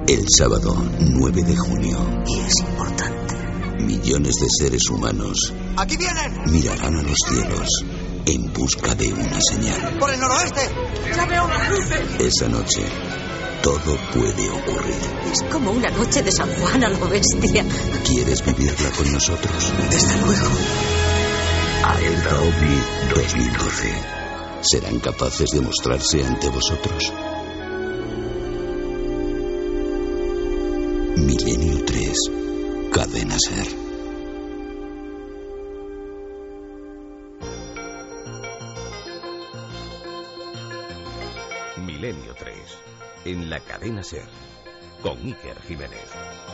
El sábado 9 de junio. Y es importante. Millones de seres humanos ¡Aquí vienen! mirarán a los cielos en busca de una señal. ¡Por el noroeste! ¡Ya veo las luces! Esa noche, todo puede ocurrir. Es como una noche de San Juan a lo bestia. ¿Quieres vivirla con nosotros? Desde luego. Alerta OVNI 2012. ¿Serán capaces de mostrarse ante vosotros? Milenio 3. Cadena SER. Milenio 3. En la cadena SER. Con Iker Jiménez.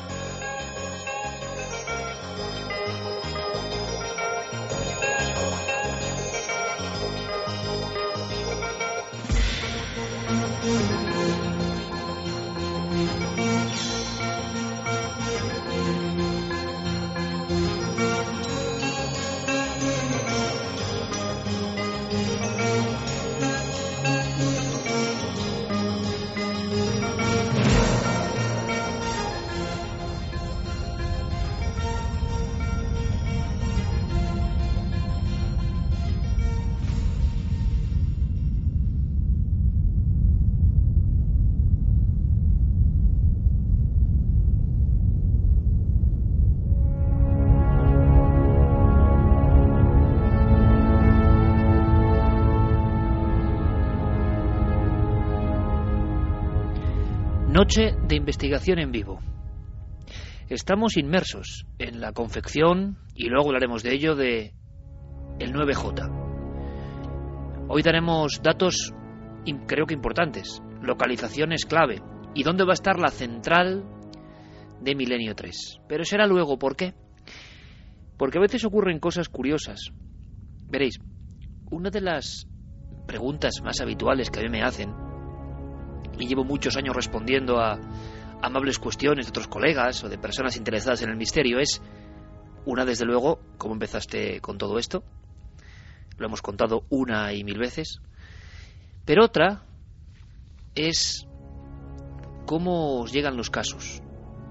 Noche de investigación en vivo. Estamos inmersos en la confección, y luego hablaremos de ello, de el 9J. Hoy daremos datos, creo que importantes, localizaciones clave, y dónde va a estar la central de Milenio 3. Pero será luego, ¿por qué? Porque a veces ocurren cosas curiosas. Veréis, una de las preguntas más habituales que a mí me hacen, y llevo muchos años respondiendo a amables cuestiones de otros colegas o de personas interesadas en el misterio, es una, desde luego, ¿cómo empezaste con todo esto? Lo hemos contado una y mil veces. Pero otra es cómo os llegan los casos,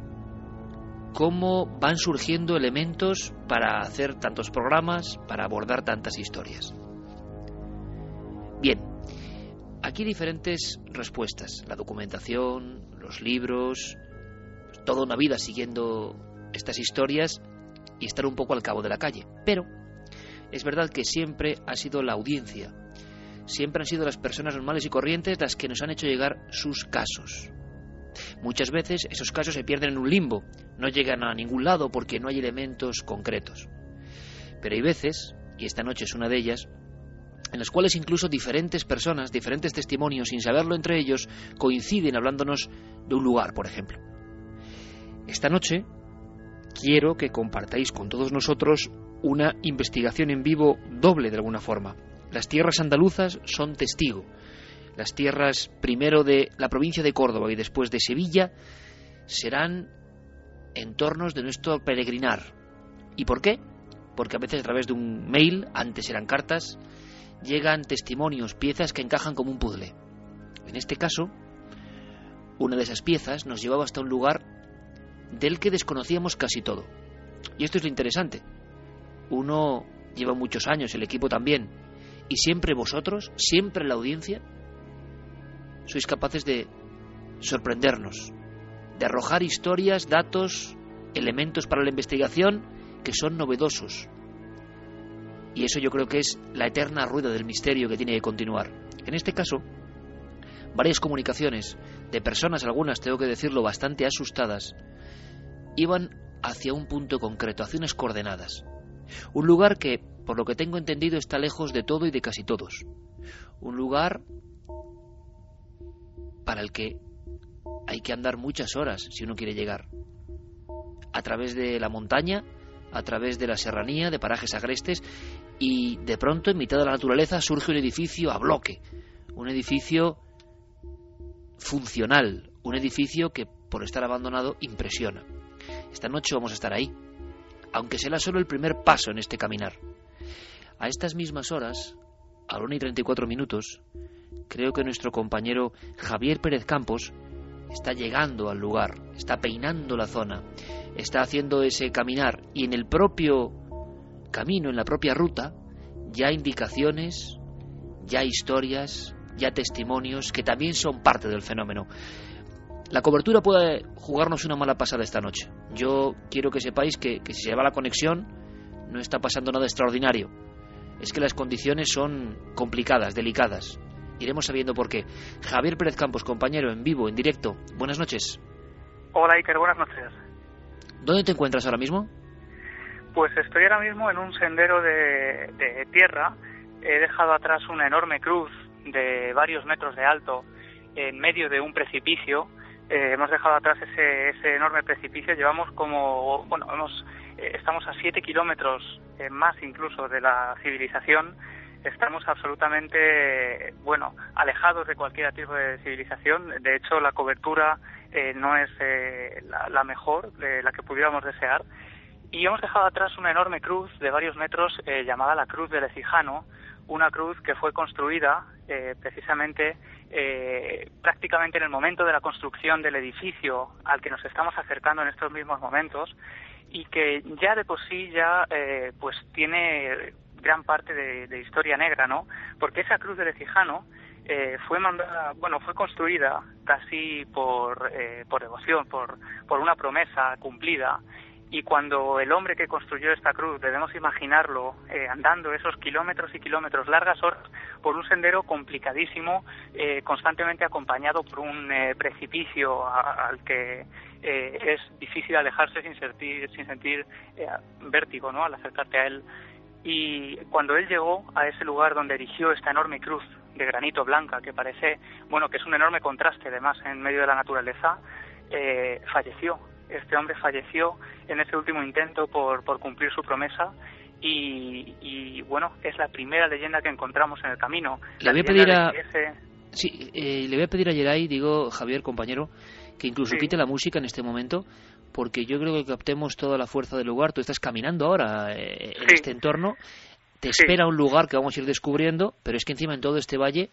cómo van surgiendo elementos para hacer tantos programas, para abordar tantas historias. Bien, aquí diferentes respuestas: la documentación, los libros, toda una vida siguiendo estas historias y estar un poco al cabo de la calle. Pero es verdad que siempre ha sido la audiencia, siempre han sido las personas normales y corrientes las que nos han hecho llegar sus casos. Muchas veces esos casos se pierden en un limbo, no llegan a ningún lado porque no hay elementos concretos. Pero hay veces, y esta noche es una de ellas, en las cuales incluso diferentes personas, diferentes testimonios, sin saberlo entre ellos, coinciden hablándonos de un lugar, por ejemplo. Esta noche quiero que compartáis con todos nosotros una investigación en vivo doble de alguna forma. Las tierras andaluzas son testigo. Las tierras primero de la provincia de Córdoba y después de Sevilla serán entornos de nuestro peregrinar. ¿Y por qué? Porque a veces a través de un mail, antes eran cartas, llegan testimonios, piezas que encajan como un puzzle. En este caso, una de esas piezas nos llevaba hasta un lugar del que desconocíamos casi todo. Y esto es lo interesante. Uno lleva muchos años, el equipo también, y siempre vosotros, siempre la audiencia, sois capaces de sorprendernos, de arrojar historias, datos, elementos para la investigación que son novedosos. Y eso yo creo que es la eterna rueda del misterio que tiene que continuar. En este caso, varias comunicaciones de personas, algunas, tengo que decirlo, bastante asustadas, iban hacia un punto concreto, hacia unas coordenadas. Un lugar que, por lo que tengo entendido, está lejos de todo y de casi todos. Un lugar para el que hay que andar muchas horas si uno quiere llegar. A través de la montaña, a través de la serranía, de parajes agrestes, y de pronto en mitad de la naturaleza surge un edificio a bloque, un edificio funcional, un edificio que por estar abandonado impresiona. Esta noche vamos a estar ahí, aunque será solo el primer paso en este caminar. A estas mismas horas, a la 1:34, creo que nuestro compañero Javier Pérez Campos está llegando al lugar, está peinando la zona, está haciendo ese caminar, y en el propio camino, en la propia ruta, ya hay indicaciones, ya hay historias, ya testimonios que también son parte del fenómeno. La cobertura puede jugarnos una mala pasada esta noche. Yo quiero que sepáis que si se va la conexión no está pasando nada extraordinario. Es que las condiciones son complicadas, delicadas. Iremos sabiendo por qué. Javier Pérez Campos, compañero, en vivo, en directo. Buenas noches. Hola Iker, buenas noches. ¿Dónde te encuentras ahora mismo? Pues estoy ahora mismo en un sendero de tierra. He dejado atrás una enorme cruz de varios metros de alto en medio de un precipicio. Hemos dejado atrás ese enorme precipicio. Llevamos estamos a 7 kilómetros más incluso de la civilización. Estamos absolutamente, alejados de cualquier tipo de civilización. De hecho, la cobertura no es la mejor, la que pudiéramos desear. Y hemos dejado atrás una enorme cruz de varios metros llamada la Cruz del Ecijano, una cruz que fue construida precisamente prácticamente en el momento de la construcción del edificio al que nos estamos acercando en estos mismos momentos, y que ya de por sí pues tiene gran parte de historia negra, ¿no? Porque esa Cruz del Ecijano fue construida casi por devoción, por una promesa cumplida. Y cuando el hombre que construyó esta cruz, debemos imaginarlo andando esos kilómetros y kilómetros, largas horas, por un sendero complicadísimo, constantemente acompañado por un precipicio al que es difícil alejarse sin sentir vértigo, ¿no?, al acercarte a él. Y cuando él llegó a ese lugar donde erigió esta enorme cruz de granito blanca, que parece, que es un enorme contraste además en medio de la naturaleza, falleció. Este hombre falleció en ese último intento por cumplir su promesa y es la primera leyenda que encontramos en el camino. Le voy a pedir le voy a pedir a Yeray, Javier, compañero, que incluso quite la música en este momento, porque yo creo que captemos toda la fuerza del lugar. Tú estás caminando ahora en este entorno, te espera un lugar que vamos a ir descubriendo, pero es que encima en todo este valle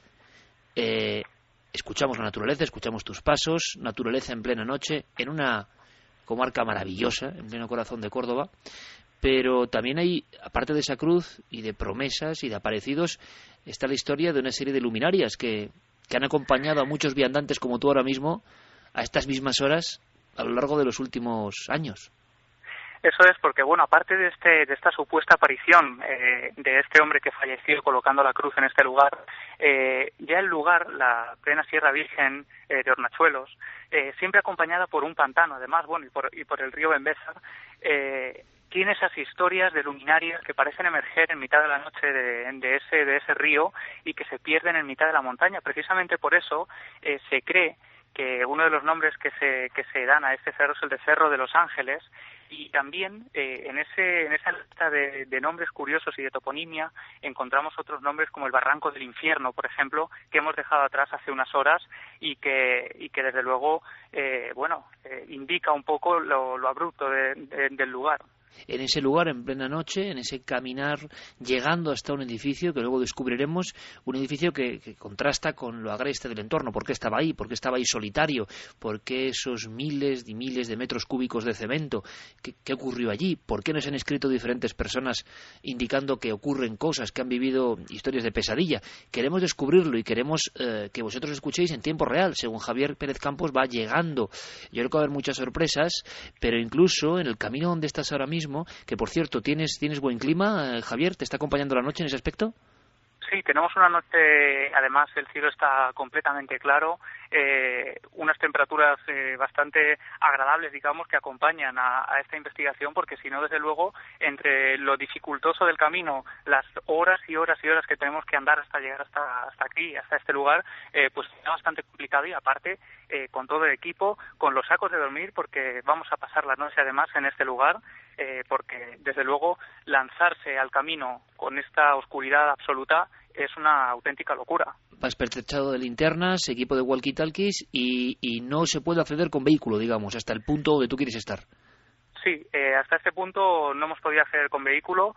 escuchamos la naturaleza, escuchamos tus pasos, naturaleza en plena noche, en una comarca maravillosa, en pleno corazón de Córdoba, pero también hay, aparte de esa cruz y de promesas y de aparecidos, está la historia de una serie de luminarias que han acompañado a muchos viandantes como tú ahora mismo a estas mismas horas a lo largo de los últimos años. Eso es porque, aparte de esta supuesta aparición de este hombre que falleció colocando la cruz en este lugar, ya el lugar, la plena Sierra Virgen de Hornachuelos, siempre acompañada por un pantano, además, y por el río Bembeza, tiene esas historias de luminarias que parecen emerger en mitad de la noche de ese río y que se pierden en mitad de la montaña. Precisamente por eso se cree que uno de los nombres que se dan a este cerro es el de Cerro de los Ángeles, y también en esa lista de nombres curiosos y de toponimia encontramos otros nombres como el Barranco del Infierno, por ejemplo, que hemos dejado atrás hace unas horas y que desde luego indica un poco lo abrupto del lugar. En ese lugar, en plena noche, en ese caminar, llegando hasta un edificio que luego descubriremos, un edificio que contrasta con lo agreste del entorno. ¿Por qué estaba ahí? ¿Por qué estaba ahí solitario? ¿Por qué esos miles y miles de metros cúbicos de cemento? ¿Qué ocurrió allí? ¿Por qué nos han escrito diferentes personas indicando que ocurren cosas, que han vivido historias de pesadilla? Queremos descubrirlo y queremos que vosotros escuchéis en tiempo real, según Javier Pérez Campos va llegando. Yo creo que va a haber muchas sorpresas, pero incluso en el camino donde estás ahora mismo, que por cierto, ¿tienes buen clima, Javier? ¿Te está acompañando la noche en ese aspecto? Sí, tenemos una noche, además el cielo está completamente claro, unas temperaturas bastante agradables, digamos, que acompañan a esta investigación, porque si no, desde luego, entre lo dificultoso del camino, las horas y horas y horas que tenemos que andar hasta llegar hasta aquí, hasta este lugar, pues es bastante complicado, y aparte, con todo el equipo, con los sacos de dormir, porque vamos a pasar la noche además en este lugar, porque desde luego lanzarse al camino con esta oscuridad absoluta es una auténtica locura. Vas pertrechado de linternas, equipo de walkie-talkies y no se puede acceder con vehículo, digamos, hasta el punto donde tú quieres estar. Sí, hasta este punto no hemos podido acceder con vehículo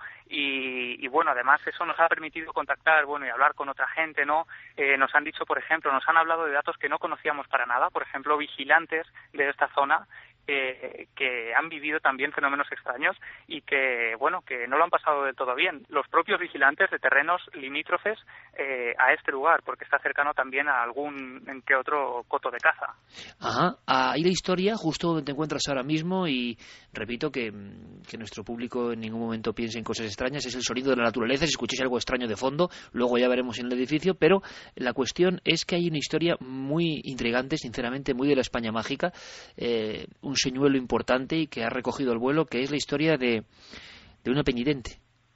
y bueno, además eso nos ha permitido contactar, bueno, y hablar con otra gente, ¿no? Nos han dicho, por ejemplo, nos han hablado de datos que no conocíamos para nada, por ejemplo, vigilantes de esta zona que han vivido también fenómenos extraños y que, bueno, que no lo han pasado del todo bien. Los propios vigilantes de terrenos limítrofes a este lugar, porque está cercano también a algún que otro coto de caza. Ajá, ahí la historia, justo donde te encuentras ahora mismo, y repito que nuestro público en ningún momento piense en cosas extrañas, es el sonido de la naturaleza. Si escucháis algo extraño de fondo, luego ya veremos en el edificio, pero la cuestión es que hay una historia muy intrigante, sinceramente, muy de la España mágica, un señuelo importante y que ha recogido el vuelo, que es la historia de una penitente.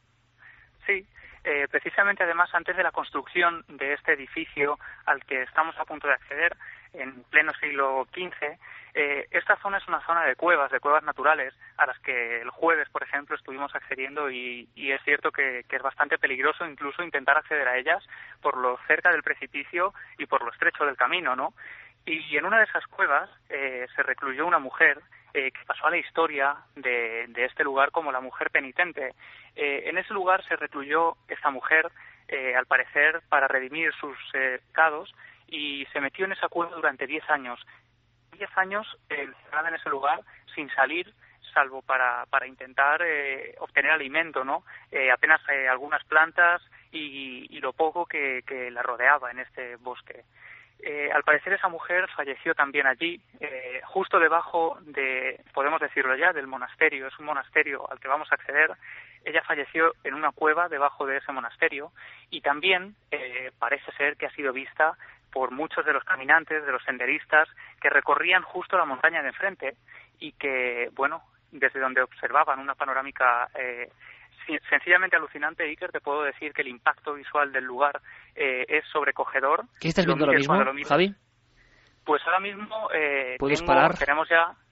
Sí, precisamente además antes de la construcción de este edificio al que estamos a punto de acceder, en pleno siglo XV, esta zona es una zona de cuevas naturales, a las que el jueves, por ejemplo, estuvimos accediendo y es cierto que es bastante peligroso incluso intentar acceder a ellas por lo cerca del precipicio y por lo estrecho del camino, ¿no? Y en una de esas cuevas se recluyó una mujer que pasó a la historia de este lugar como la mujer penitente. En ese lugar se recluyó esta mujer, al parecer, para redimir sus pecados, y se metió en esa cueva durante 10 años. 10 años encerrada en ese lugar sin salir, salvo para intentar obtener alimento, ¿no? Apenas algunas plantas y lo poco que la rodeaba en este bosque. Al parecer esa mujer falleció también allí, justo debajo de, podemos decirlo ya, del monasterio. Es un monasterio al que vamos a acceder. Ella falleció en una cueva debajo de ese monasterio y también parece ser que ha sido vista por muchos de los caminantes, de los senderistas que recorrían justo la montaña de enfrente y que, bueno, desde donde observaban una panorámica sencillamente alucinante, Iker. Te puedo decir que el impacto visual del lugar es sobrecogedor. ¿Qué estás viendo ahora mismo, Javi? Pues ahora mismo ¿puedes parar? Tenemos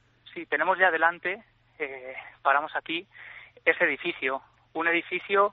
ya delante, paramos aquí, ese edificio, un edificio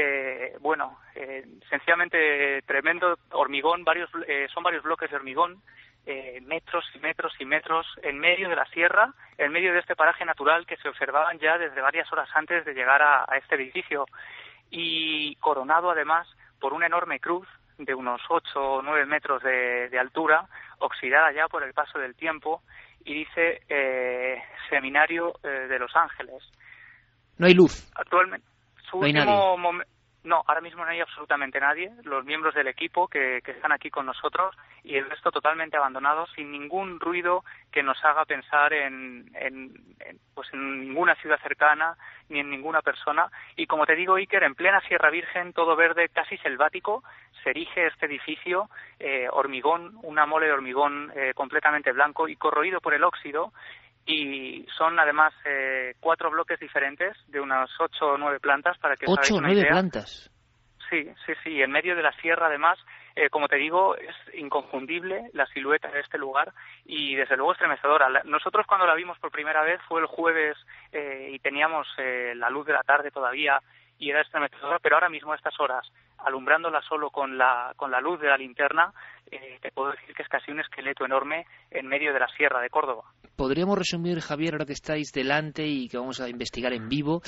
sencillamente tremendo, hormigón, son varios bloques de hormigón, metros y metros y metros en medio de la sierra, en medio de este paraje natural que se observaban ya desde varias horas antes de llegar a este edificio, y coronado además por una enorme cruz de unos 8 o 9 metros de altura, oxidada ya por el paso del tiempo, y dice Seminario de Los Ángeles. No hay luz. Actualmente, no hay nadie. No, ahora mismo no hay absolutamente nadie. Los miembros del equipo que están aquí con nosotros y el resto totalmente abandonados, sin ningún ruido que nos haga pensar en ninguna ciudad cercana ni en ninguna persona. Y como te digo, Iker, en plena Sierra Virgen, todo verde, casi selvático, se erige este edificio, hormigón, una mole de hormigón completamente blanco y corroído por el óxido. Y son además 4 bloques diferentes de unas 8 o 9 plantas para que os hagáis una idea. 8 o 9 plantas. Sí, en medio de la sierra además, como te digo, es inconfundible la silueta de este lugar y desde luego estremecedora. Nosotros cuando la vimos por primera vez fue el jueves y teníamos la luz de la tarde todavía y era estremecedora, pero ahora mismo a estas horas, alumbrándola solo con la luz de la linterna, te puedo decir que es casi un esqueleto enorme en medio de la sierra de Córdoba. Podríamos resumir, Javier, ahora que estáis delante y que vamos a investigar en vivo,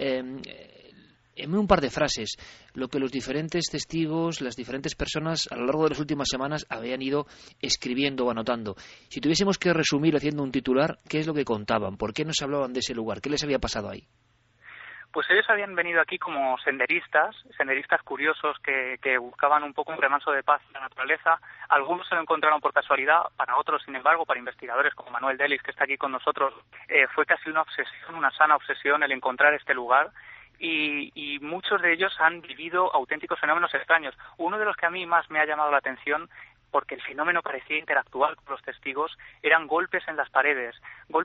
en un par de frases, lo que los diferentes testigos, las diferentes personas a lo largo de las últimas semanas habían ido escribiendo o anotando. Si tuviésemos que resumir haciendo un titular, ¿qué es lo que contaban? ¿Por qué nos hablaban de ese lugar? ¿Qué les había pasado ahí? Pues ellos habían venido aquí como senderistas curiosos que buscaban un poco un remanso de paz en la naturaleza. Algunos se lo encontraron por casualidad, para otros, sin embargo, para investigadores como Manuel Delis, que está aquí con nosotros, fue casi una obsesión, una sana obsesión el encontrar este lugar. Y muchos de ellos han vivido auténticos fenómenos extraños. Uno de los que a mí más me ha llamado la atención, porque el fenómeno parecía interactuar con los testigos, eran golpes en las paredes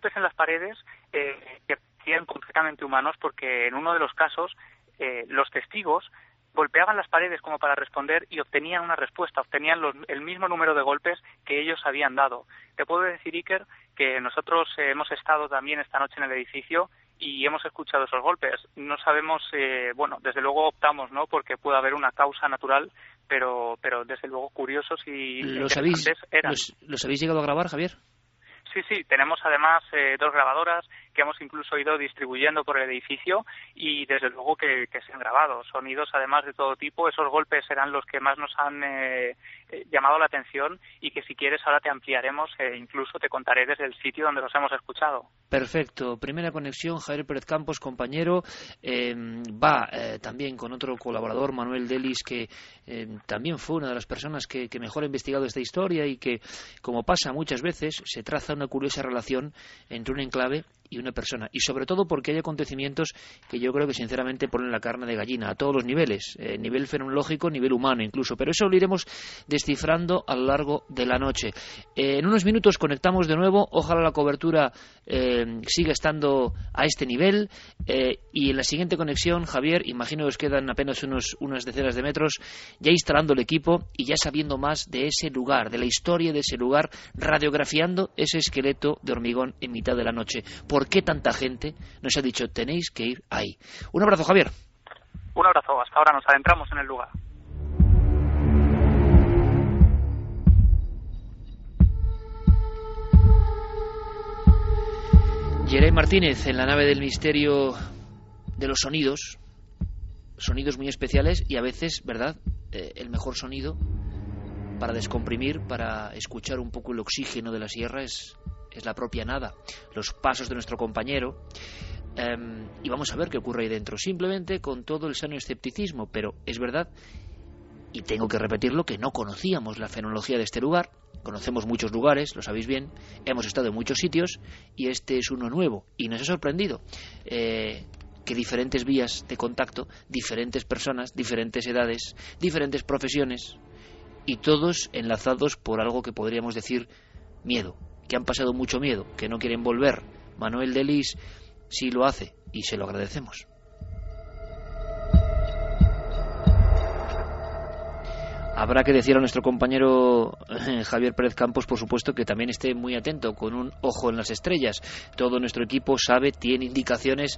que parecían completamente humanos, porque en uno de los casos los testigos golpeaban las paredes como para responder y obtenían una respuesta, obtenían el mismo número de golpes que ellos habían dado. Te puedo decir, Iker, que nosotros hemos estado también esta noche en el edificio y hemos escuchado esos golpes. No sabemos, desde luego optamos, ¿no?, porque puede haber una causa natural, pero desde luego curiosos y ¿Los habéis llegado a grabar, Javier? Sí, tenemos además 2 grabadoras que hemos incluso ido distribuyendo por el edificio y desde luego que se han grabado. Sonidos además de todo tipo, esos golpes serán los que más nos han llamado la atención y que si quieres ahora te ampliaremos, incluso te contaré desde el sitio donde los hemos escuchado. Perfecto, primera conexión, Javier Pérez Campos, compañero, va también con otro colaborador, Manuel Delis, que también fue una de las personas que mejor ha investigado esta historia y que, como pasa muchas veces, se traza una curiosa relación entre un enclave y una persona, y sobre todo porque hay acontecimientos que yo creo que sinceramente ponen la carne de gallina a todos los niveles, nivel fenomenológico, nivel humano incluso, pero eso lo iremos descifrando a lo largo de la noche. En unos minutos conectamos de nuevo, ojalá la cobertura siga estando a este nivel, y en la siguiente conexión, Javier, imagino que os quedan apenas unas decenas de metros, ya instalando el equipo y ya sabiendo más de ese lugar, de la historia de ese lugar, radiografiando ese esqueleto de hormigón en mitad de la noche. ¿Por qué tanta gente nos ha dicho tenéis que ir ahí? Un abrazo, Javier. Un abrazo, hasta ahora nos adentramos en el lugar. Yeray Martínez en la nave del misterio de los sonidos muy especiales y a veces, ¿verdad?, el mejor sonido para descomprimir, para escuchar un poco el oxígeno de la sierra es la propia nada, los pasos de nuestro compañero, y vamos a ver qué ocurre ahí dentro, simplemente con todo el sano escepticismo, pero es verdad, y tengo que repetirlo, que no conocíamos la fenología de este lugar. Conocemos muchos lugares, lo sabéis bien, hemos estado en muchos sitios y este es uno nuevo y nos ha sorprendido que diferentes vías de contacto, diferentes personas, diferentes edades, diferentes profesiones y todos enlazados por algo que podríamos decir miedo, que han pasado mucho miedo, que no quieren volver. Manuel Delis sí lo hace y se lo agradecemos. Habrá que decir a nuestro compañero Javier Pérez Campos, por supuesto, que también esté muy atento, con un ojo en las estrellas. Todo nuestro equipo sabe, tiene indicaciones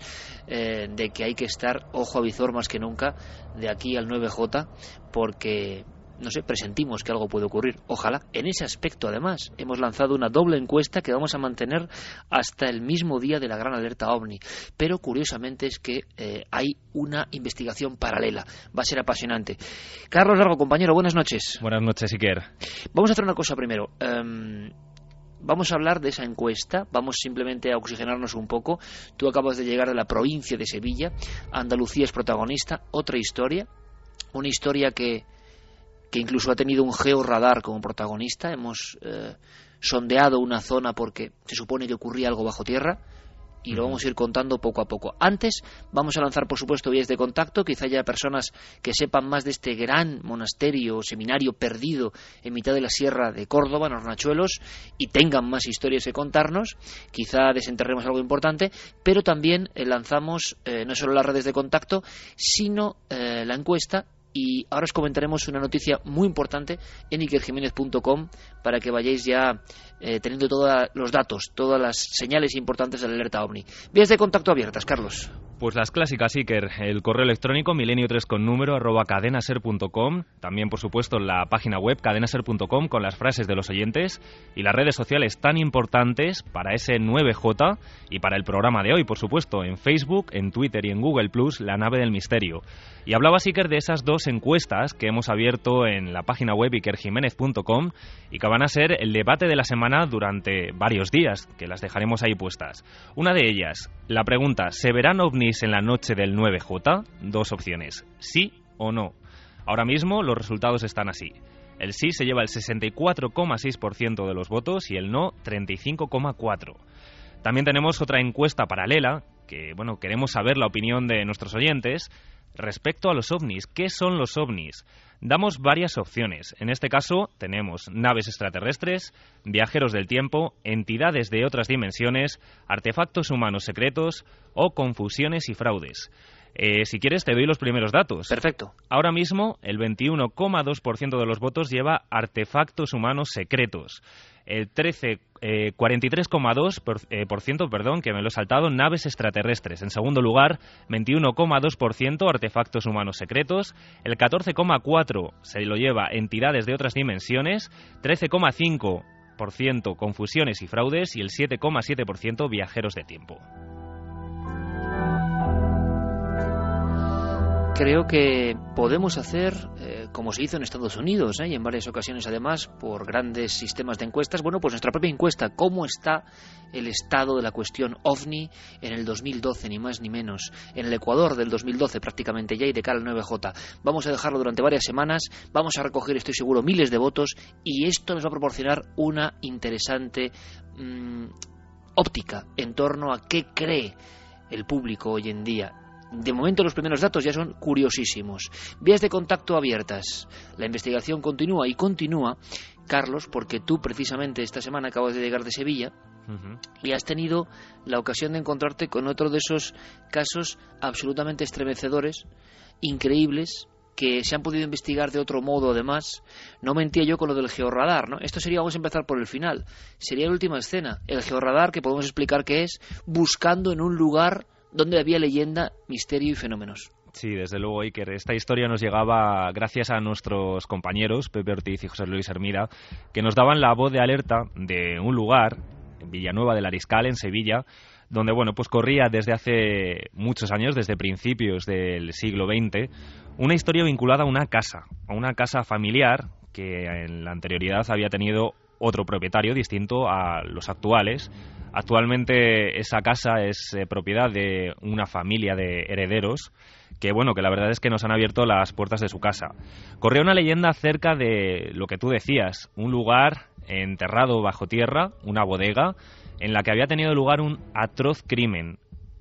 de que hay que estar ojo a visor más que nunca de aquí al 9J, porque, no sé, presentimos que algo puede ocurrir. Ojalá. En ese aspecto, además, hemos lanzado una doble encuesta que vamos a mantener hasta el mismo día de la gran alerta OVNI. Pero, curiosamente, es que hay una investigación paralela. Va a ser apasionante. Carlos Largo, compañero, buenas noches. Buenas noches, Iker. Vamos a hacer una cosa primero. Vamos a hablar de esa encuesta, vamos simplemente a oxigenarnos un poco. Tú acabas de llegar de la provincia de Sevilla. Andalucía es protagonista. Otra historia. Una historia que incluso ha tenido un georradar como protagonista. Hemos sondeado una zona porque se supone que ocurría algo bajo tierra y lo vamos a ir contando poco a poco. Antes vamos a lanzar, por supuesto, vías de contacto. Quizá haya personas que sepan más de este gran monasterio o seminario perdido en mitad de la sierra de Córdoba, en Hornachuelos, y tengan más historias que contarnos. Quizá desenterremos algo importante, pero también lanzamos no solo las redes de contacto, sino la encuesta. Y ahora os comentaremos una noticia muy importante en ikerjimenez.com para que vayáis ya teniendo todos los datos, todas las señales importantes de la alerta OVNI. Vías de contacto abiertas, Carlos. Pues las clásicas, Iker, el correo electrónico milenio3con número @cadenaser.com, también por supuesto la página web cadenaser.com con las frases de los oyentes y las redes sociales tan importantes para ese 9J y para el programa de hoy, por supuesto, en Facebook, en Twitter y en Google Plus, la nave del misterio. Y hablabas, Iker, de esas dos encuestas que hemos abierto en la página web ikerjimenez.com y que van a ser el debate de la semana durante varios días, que las dejaremos ahí puestas. Una de ellas, la pregunta, ¿se verán ovnis en la noche del 9J? Dos opciones, sí o no. Ahora mismo los resultados están así. El sí se lleva el 64,6% de los votos y el no 35,4%. También tenemos otra encuesta paralela que, bueno, queremos saber la opinión de nuestros oyentes respecto a los ovnis. ¿Qué son los ovnis? Damos varias opciones. En este caso tenemos naves extraterrestres, viajeros del tiempo, entidades de otras dimensiones, artefactos humanos secretos o confusiones y fraudes. Si quieres te doy los primeros datos. Perfecto. Ahora mismo el 21,2% de los votos lleva artefactos humanos secretos. El 43,2%, que me lo he saltado, naves extraterrestres. En segundo lugar, 21,2% artefactos humanos secretos. El 14,4% se lo lleva entidades de otras dimensiones. 13,5% 6% confusiones y fraudes y el 7,7% viajeros de tiempo. Creo que podemos hacer, como se hizo en Estados Unidos, y en varias ocasiones además, por grandes sistemas de encuestas, bueno, pues nuestra propia encuesta, ¿cómo está el estado de la cuestión OVNI en el 2012, ni más ni menos? En el Ecuador del 2012 prácticamente ya, y de cara al 9J. Vamos a dejarlo durante varias semanas, vamos a recoger, estoy seguro, miles de votos, y esto nos va a proporcionar una interesante óptica en torno a qué cree el público hoy en día. De momento los primeros datos ya son curiosísimos. Vías de contacto abiertas. La investigación continúa y continúa, Carlos, porque tú precisamente esta semana acabas de llegar de Sevilla y has tenido la ocasión de encontrarte con otro de esos casos absolutamente estremecedores, increíbles, que se han podido investigar de otro modo además. No mentía yo con lo del georradar, ¿no? Esto sería, vamos a empezar por el final, sería la última escena. El georradar, que podemos explicar qué es, buscando en un lugar donde había leyenda, misterio y fenómenos. Sí, desde luego, Iker. Esta historia nos llegaba gracias a nuestros compañeros, Pepe Ortiz y José Luis Hermida, que nos daban la voz de alerta de un lugar, en Villanueva del Ariscal, en Sevilla, donde, bueno, pues corría desde hace muchos años, desde principios del siglo XX, una historia vinculada a una casa familiar que en la anterioridad había tenido otro propietario distinto a los actuales. Actualmente esa casa es propiedad de una familia de herederos que, bueno, que la verdad es que nos han abierto las puertas de su casa. Corría una leyenda acerca de lo que tú decías, un lugar enterrado bajo tierra, una bodega, en la que había tenido lugar un atroz crimen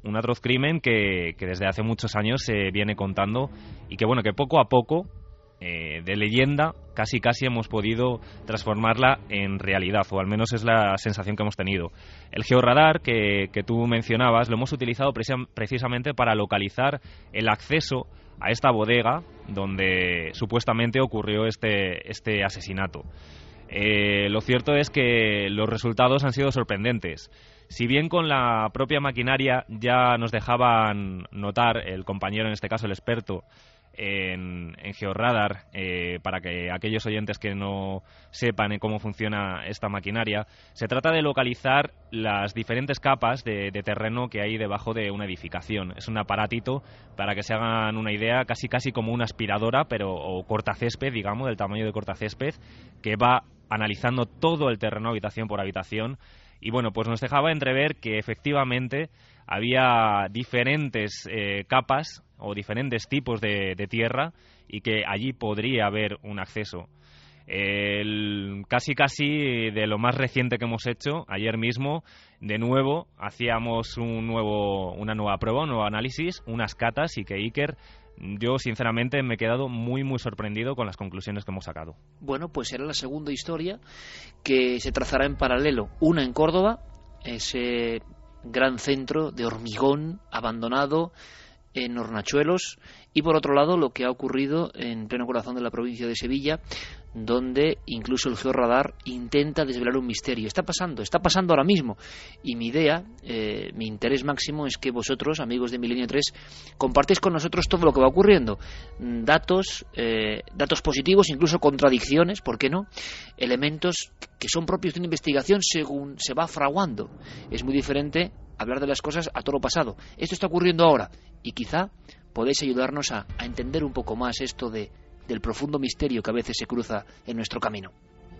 que desde hace muchos años se viene contando y que, bueno, que poco a poco de leyenda casi hemos podido transformarla en realidad, o al menos es la sensación que hemos tenido. El georradar que tú mencionabas lo hemos utilizado precisamente para localizar el acceso a esta bodega donde supuestamente ocurrió este asesinato. Lo cierto es que los resultados han sido sorprendentes. Si bien con la propia maquinaria ya nos dejaban notar, el compañero, en este caso el experto en georradar, para que aquellos oyentes que no sepan cómo funciona esta maquinaria, se trata de localizar las diferentes capas de terreno que hay debajo de una edificación. Es un aparatito, para que se hagan una idea, casi como una aspiradora, o cortacésped, digamos, del tamaño de cortacésped, que va analizando todo el terreno habitación por habitación. Y bueno, pues nos dejaba entrever que efectivamente había diferentes capas o diferentes tipos de tierra y que allí podría haber un acceso. Casi de lo más reciente que hemos hecho, ayer mismo, de nuevo, hacíamos una nueva prueba, un nuevo análisis, unas catas, y que Iker, yo sinceramente me he quedado muy sorprendido con las conclusiones que hemos sacado. Bueno, pues será la segunda historia que se trazará en paralelo. Una en Córdoba, ese gran centro de hormigón abandonado en Hornachuelos, y por otro lado lo que ha ocurrido en pleno corazón de la provincia de Sevilla, donde incluso el georradar intenta desvelar un misterio. Está pasando ahora mismo, y mi idea, mi interés máximo es que vosotros, amigos de Milenio 3, compartáis con nosotros todo lo que va ocurriendo, datos positivos, incluso contradicciones, ¿por qué no?, elementos que son propios de una investigación según se va fraguando. Es muy diferente hablar de las cosas a toro pasado. Esto está ocurriendo ahora, y quizá podéis ayudarnos a entender un poco más esto del profundo misterio que a veces se cruza en nuestro camino.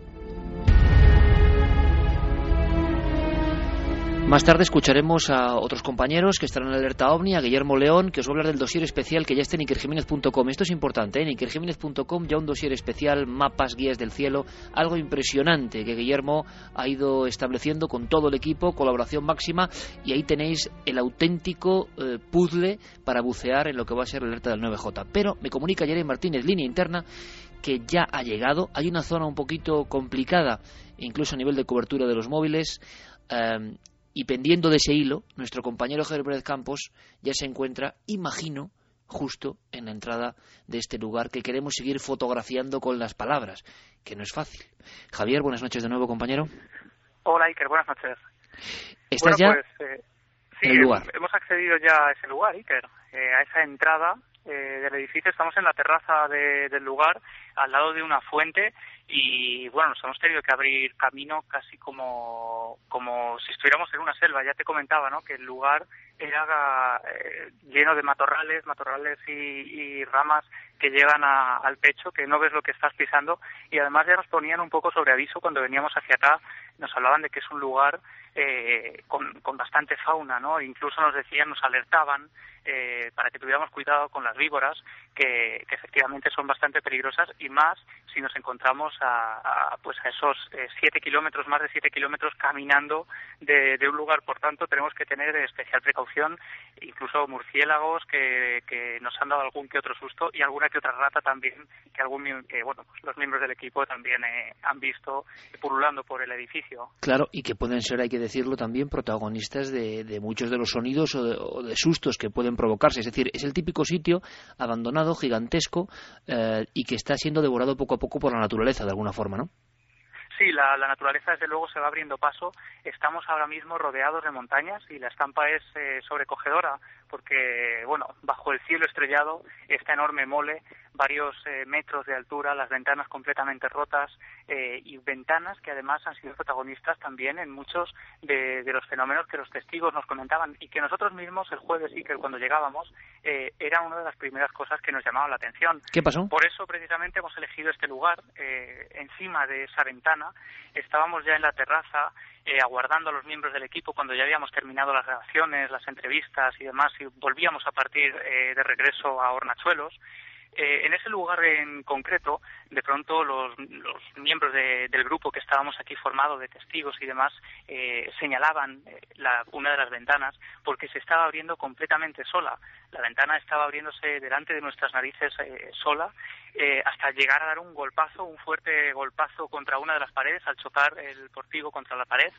Más tarde escucharemos a otros compañeros que estarán en Alerta OVNI, a Guillermo León, que os va a hablar del dossier especial que ya está en ikerjimenez.com. Esto es importante, en ikerjimenez.com ya un dossier especial, mapas, guías del cielo, algo impresionante que Guillermo ha ido estableciendo con todo el equipo, colaboración máxima, y ahí tenéis el auténtico puzzle para bucear en lo que va a ser la alerta del 9J. Pero me comunica Jeremy Martínez, línea interna, que ya ha llegado. Hay una zona un poquito complicada, incluso a nivel de cobertura de los móviles, y pendiendo de ese hilo, nuestro compañero Javier Pérez Campos ya se encuentra, imagino, justo en la entrada de este lugar que queremos seguir fotografiando con las palabras, que no es fácil. Javier, buenas noches de nuevo, compañero. Hola, Iker, buenas noches. ¿Estás ya en el lugar? Hemos accedido ya a ese lugar, Iker, a esa entrada del edificio, estamos en la terraza del lugar, al lado de una fuente, y bueno, nos hemos tenido que abrir camino casi como si estuviéramos en una selva. Ya te comentaba, ¿no?, que el lugar era lleno de matorrales y ramas que llegan al pecho, que no ves lo que estás pisando, y además ya nos ponían un poco sobre aviso cuando veníamos hacia acá. Nos hablaban de que es un lugar con bastante fauna, ¿no? Incluso nos decían, nos alertaban para que tuviéramos cuidado con las víboras, que efectivamente son bastante peligrosas, y más si nos encontramos a esos 7 kilómetros, más de 7 kilómetros caminando de un lugar. Por tanto, tenemos que tener especial precaución, incluso murciélagos que nos han dado algún que otro susto, y alguna que otra rata también, que los miembros del equipo también han visto pululando por el edificio. Claro, y que pueden ser, hay que decirlo también, protagonistas de muchos de los sonidos o de sustos que pueden provocarse. Es decir, es el típico sitio abandonado, gigantesco, y que está siendo devorado poco a poco por la naturaleza, de alguna forma, ¿no? Sí, la naturaleza desde luego se va abriendo paso. Estamos ahora mismo rodeados de montañas y la estampa es sobrecogedora, porque, bueno, bajo el cielo estrellado, esta enorme mole, varios metros de altura, las ventanas completamente rotas, y ventanas que además han sido protagonistas también en muchos de los fenómenos que los testigos nos comentaban, y que nosotros mismos el jueves, y que cuando llegábamos, era una de las primeras cosas que nos llamaban la atención. ¿Qué pasó? Por eso precisamente hemos elegido este lugar. Encima de esa ventana estábamos ya en la terraza, aguardando a los miembros del equipo cuando ya habíamos terminado las grabaciones, las entrevistas y demás, y volvíamos a partir de regreso a Hornachuelos. En ese lugar en concreto, de pronto los miembros del grupo que estábamos aquí formado de testigos y demás señalaban una de las ventanas, porque se estaba abriendo completamente sola. La ventana estaba abriéndose delante de nuestras narices sola, hasta llegar a dar un fuerte golpazo contra una de las paredes al chocar el portico contra la pared,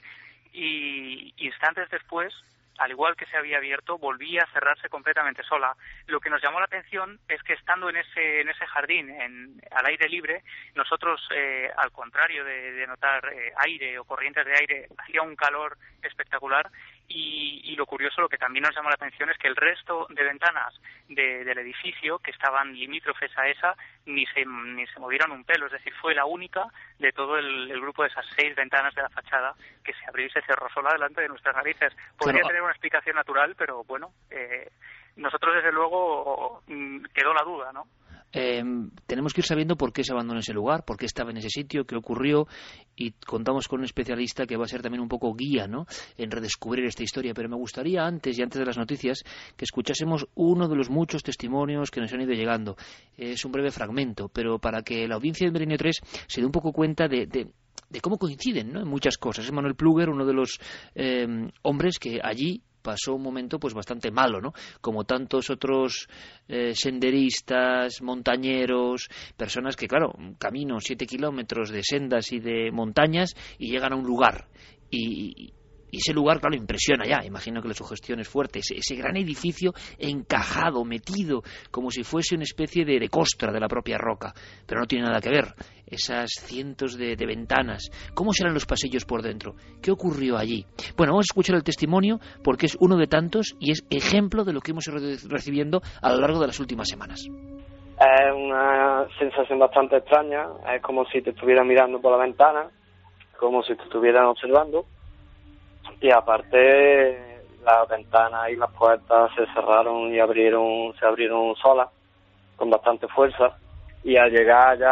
y instantes después, al igual que se había abierto, volvía a cerrarse completamente sola. Lo que nos llamó la atención es que estando en ese jardín, al aire libre, nosotros, al contrario de notar aire o corrientes de aire, hacía un calor espectacular, y lo curioso, lo que también nos llamó la atención, es que el resto de ventanas del edificio, que estaban limítrofes a esa, ni se movieron un pelo. Es decir, fue la única de todo el grupo de esas 6 ventanas de la fachada que se abrió y se cerró sola delante de nuestras narices. Podría tener una explicación natural, pero bueno, nosotros desde luego quedó la duda, ¿no? Tenemos que ir sabiendo por qué se abandonó ese lugar, por qué estaba en ese sitio, qué ocurrió, y contamos con un especialista que va a ser también un poco guía, ¿no?, en redescubrir esta historia. Pero me gustaría antes de las noticias que escuchásemos uno de los muchos testimonios que nos han ido llegando. Es un breve fragmento, pero para que la audiencia de Milenio 3 se dé un poco cuenta de cómo coinciden, ¿no?, en muchas cosas. Es Manuel Pluguer, uno de los hombres que allí pasó un momento pues bastante malo, ¿no?, como tantos otros senderistas, montañeros, personas que, claro, caminan 7 kilómetros de sendas y de montañas y llegan a un lugar, y ese lugar, claro, impresiona ya. Imagino que la sugestión es fuerte. Ese gran edificio encajado, metido, como si fuese una especie de costra de la propia roca. Pero no tiene nada que ver. Esas cientos de ventanas. ¿Cómo serán los pasillos por dentro? ¿Qué ocurrió allí? Bueno, vamos a escuchar el testimonio, porque es uno de tantos y es ejemplo de lo que hemos ido recibiendo a lo largo de las últimas semanas. Es una sensación bastante extraña. Es como si te estuvieran mirando por la ventana, como si te estuvieran observando. Y aparte, las ventanas y las puertas se cerraron y se abrieron solas, con bastante fuerza. Y al llegar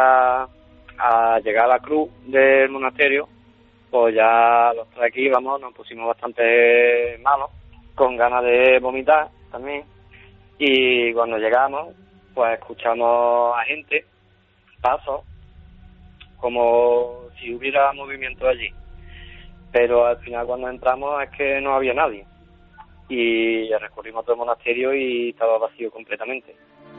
a la cruz del monasterio, pues ya los 3 que íbamos nos pusimos bastante malos, con ganas de vomitar también. Y cuando llegamos, pues escuchamos a gente, pasos, como si hubiera movimiento allí. Pero al final, cuando entramos, es que no había nadie. Y recorrimos todo el monasterio y estaba vacío completamente.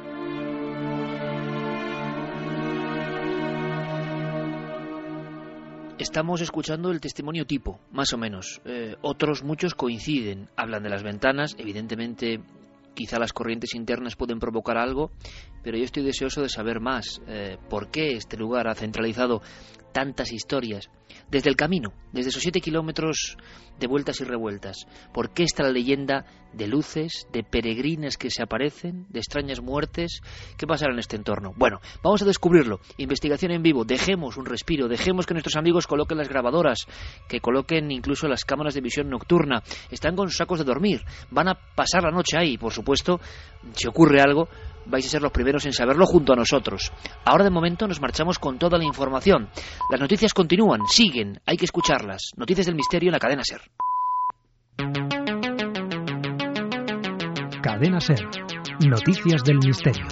Estamos escuchando el testimonio tipo, más o menos. Otros muchos coinciden, hablan de las ventanas, evidentemente. Quizá las corrientes internas pueden provocar algo, pero yo estoy deseoso de saber más. ¿Por qué este lugar ha centralizado tantas historias. Desde el camino, desde esos 7 kilómetros de vueltas y revueltas. ¿Por qué está la leyenda de luces, de peregrinas que se aparecen, de extrañas muertes? ¿Qué pasará en este entorno? Bueno, vamos a descubrirlo. Investigación en vivo. Dejemos un respiro, dejemos que nuestros amigos coloquen las grabadoras, que coloquen incluso las cámaras de visión nocturna. Están con sus sacos de dormir, van a pasar la noche ahí. Por supuesto, si ocurre algo, vais a ser los primeros en saberlo junto a nosotros. Ahora de momento nos marchamos con toda la información. Las noticias continúan, siguen, hay que escucharlas. Noticias del misterio en la cadena SER. Cadena SER. Noticias del misterio.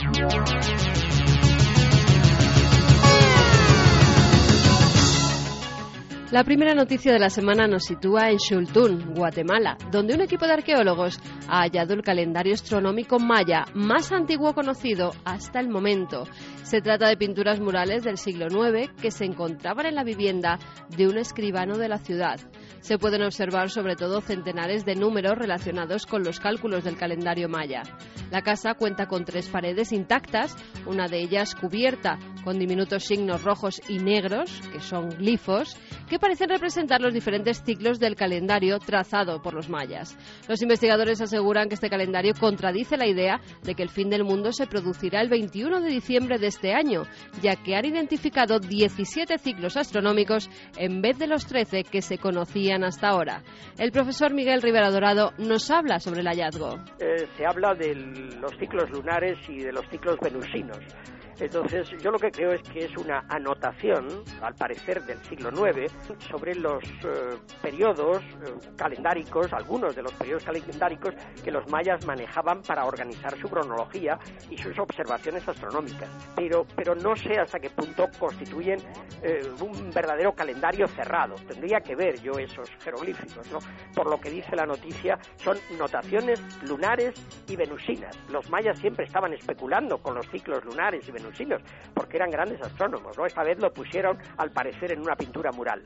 La primera noticia de la semana nos sitúa en Xultún, Guatemala, donde un equipo de arqueólogos ha hallado el calendario astronómico maya más antiguo conocido hasta el momento. Se trata de pinturas murales del siglo IX que se encontraban en la vivienda de un escribano de la ciudad. Se pueden observar sobre todo centenares de números relacionados con los cálculos del calendario maya. La casa cuenta con 3 paredes intactas, una de ellas cubierta con diminutos signos rojos y negros, que son glifos, que parecen representar los diferentes ciclos del calendario trazado por los mayas. Los investigadores aseguran que este calendario contradice la idea de que el fin del mundo se producirá el 21 de diciembre de este año, ya que han identificado 17 ciclos astronómicos en vez de los 13 que se conocían hasta ahora. El profesor Miguel Rivera Dorado nos habla sobre el hallazgo. Se habla de los ciclos lunares y de los ciclos venusinos. Entonces, yo lo que creo es que es una anotación, al parecer del siglo IX, sobre los periodos calendáricos, algunos de los periodos calendáricos que los mayas manejaban para organizar su cronología y sus observaciones astronómicas. Pero no sé hasta qué punto constituyen un verdadero calendario cerrado. Tendría que ver yo esos jeroglíficos, ¿no? Por lo que dice la noticia, son notaciones lunares y venusinas. Los mayas siempre estaban especulando con los ciclos lunares y venusinos, porque eran grandes astrónomos, ¿no? Esta vez lo pusieron, al parecer, en una pintura mural.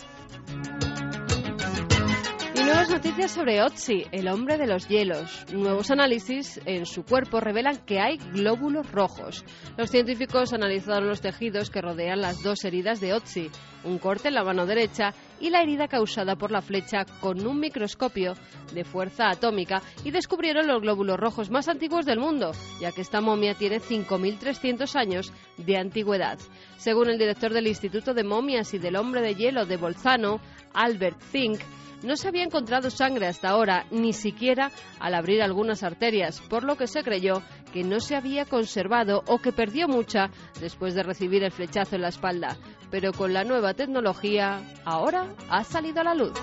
Y nuevas noticias sobre Otzi, el hombre de los hielos. Nuevos análisis en su cuerpo revelan que hay glóbulos rojos. Los científicos analizaron los tejidos que rodean las 2 heridas de Otzi, un corte en la mano derecha y la herida causada por la flecha con un microscopio de fuerza atómica, y descubrieron los glóbulos rojos más antiguos del mundo, ya que esta momia tiene 5.300 años de antigüedad. Según el director del Instituto de Momias y del Hombre de Hielo de Bolzano, Albert Fink, no se había encontrado sangre hasta ahora, ni siquiera al abrir algunas arterias, por lo que se creyó que no se había conservado o que perdió mucha después de recibir el flechazo en la espalda. Pero con la nueva tecnología, ahora ha salido a la luz.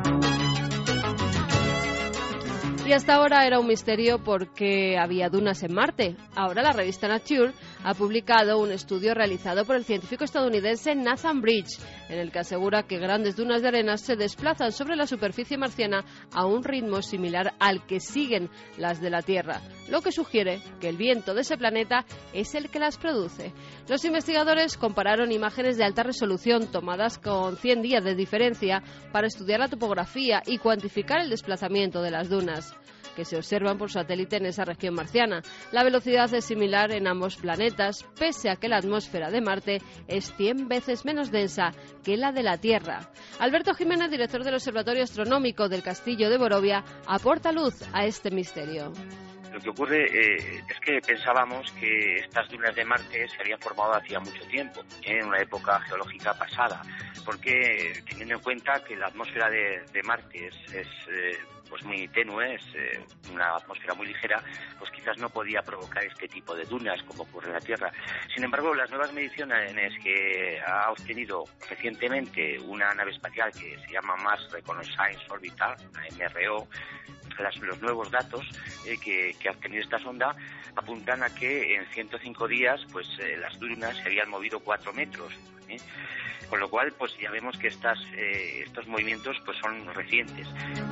Y hasta ahora era un misterio porque había dunas en Marte. Ahora la revista Nature ha publicado un estudio realizado por el científico estadounidense Nathan Bridge, en el que asegura que grandes dunas de arena se desplazan sobre la superficie marciana a un ritmo similar al que siguen las de la Tierra, lo que sugiere que el viento de ese planeta es el que las produce. Los investigadores compararon imágenes de alta resolución tomadas con 100 días de diferencia para estudiar la topografía y cuantificar el desplazamiento de las dunas que se observan por satélite en esa región marciana. La velocidad es similar en ambos planetas, pese a que la atmósfera de Marte es 100 veces menos densa que la de la Tierra. Alberto Jiménez, director del Observatorio Astronómico del Castillo de Borovia, aporta luz a este misterio. Lo que ocurre es que pensábamos que estas dunas de Marte se habían formado hacía mucho tiempo, en una época geológica pasada, porque teniendo en cuenta que la atmósfera de Marte es pues muy tenue, es una atmósfera muy ligera, pues quizás no podía provocar este tipo de dunas como ocurre en la Tierra. Sin embargo, las nuevas mediciones que ha obtenido recientemente una nave espacial que se llama Mars Reconnaissance Orbiter, la MRO, los nuevos datos que ha obtenido esta sonda apuntan a que en 105 días pues las dunas se habían movido 4 metros. Con lo cual, pues ya vemos que estos movimientos pues son recientes.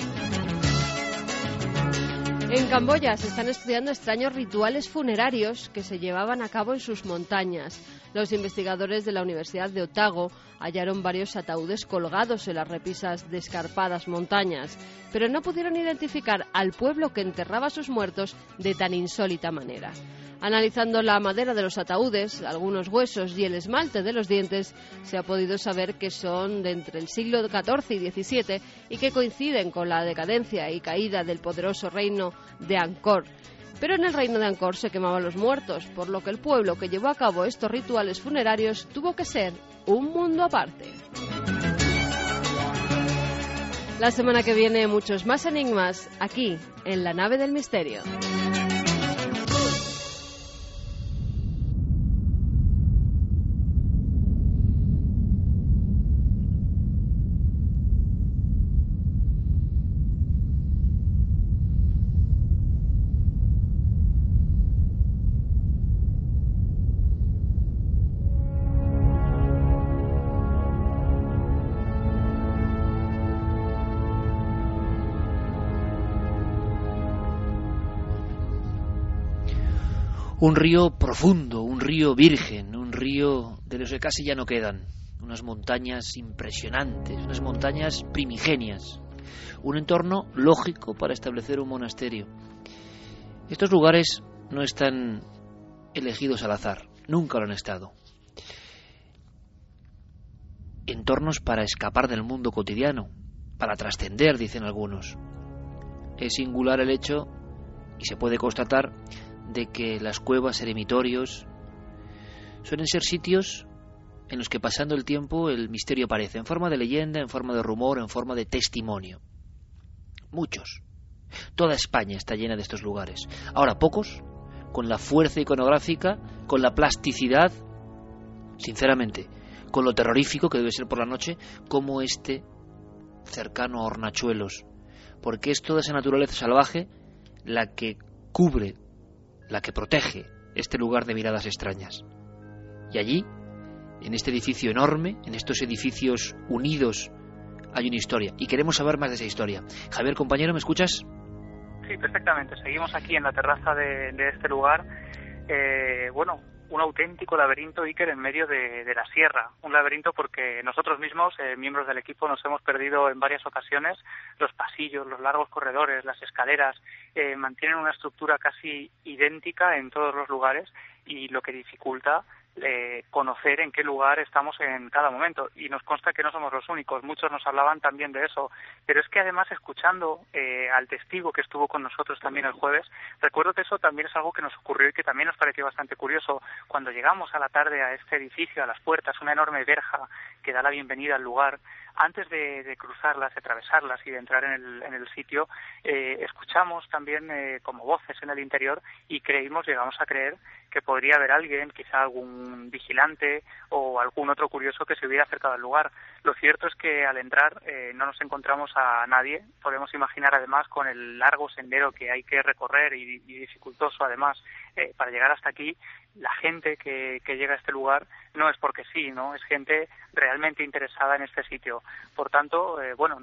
En Camboya se están estudiando extraños rituales funerarios que se llevaban a cabo en sus montañas. Los investigadores de la Universidad de Otago hallaron varios ataúdes colgados en las repisas de escarpadas montañas, pero no pudieron identificar al pueblo que enterraba a sus muertos de tan insólita manera. Analizando la madera de los ataúdes, algunos huesos y el esmalte de los dientes, se ha podido saber que son de entre el siglo XIV y XVII y que coinciden con la decadencia y caída del poderoso reino de Angkor. Pero en el reino de Angkor se quemaban los muertos, por lo que el pueblo que llevó a cabo estos rituales funerarios tuvo que ser un mundo aparte. La semana que viene muchos más enigmas aquí, en la nave del misterio. Un río profundo, un río virgen, un río de los que casi ya no quedan, unas montañas impresionantes, unas montañas primigenias, un entorno lógico para establecer un monasterio. Estos lugares no están elegidos al azar, nunca lo han estado. Entornos para escapar del mundo cotidiano, para trascender, dicen algunos. Es singular el hecho, y se puede constatar, de que las cuevas, eremitorios, suelen ser sitios en los que pasando el tiempo el misterio aparece, en forma de leyenda, en forma de rumor, en forma de testimonio. Muchos. Toda España está llena de estos lugares. Ahora, pocos, con la fuerza iconográfica, con la plasticidad, sinceramente, con lo terrorífico que debe ser por la noche, como este cercano a Hornachuelos, porque es toda esa naturaleza salvaje la que cubre, la que protege este lugar de miradas extrañas. Y allí, en este edificio enorme, en estos edificios unidos, hay una historia. Y queremos saber más de esa historia. Javier, compañero, ¿me escuchas? Sí, perfectamente. Seguimos aquí en la terraza de este lugar. Un auténtico laberinto, Iker, en medio de la sierra. Un laberinto porque nosotros mismos, miembros del equipo, nos hemos perdido en varias ocasiones. Los pasillos, los largos corredores, las escaleras, mantienen una estructura casi idéntica en todos los lugares, y lo que dificulta conocer en qué lugar estamos en cada momento. Y nos consta que no somos los únicos, muchos nos hablaban también de eso, pero es que además, escuchando al testigo que estuvo con nosotros también el jueves, recuerdo que eso también es algo que nos ocurrió y que también nos pareció bastante curioso. Cuando llegamos a la tarde a este edificio, a las puertas, una enorme verja que da la bienvenida al lugar, antes de cruzarlas, de atravesarlas y de entrar en el sitio, escuchamos también como voces en el interior, y llegamos a creer que podría haber alguien, quizá algún vigilante o algún otro curioso que se hubiera acercado al lugar. Lo cierto es que al entrar no nos encontramos a nadie. Podemos imaginar, además, con el largo sendero que hay que recorrer y dificultoso además para llegar hasta aquí, la gente que llega a este lugar no es porque sí, ¿no? Es gente realmente interesada en este sitio. Por tanto,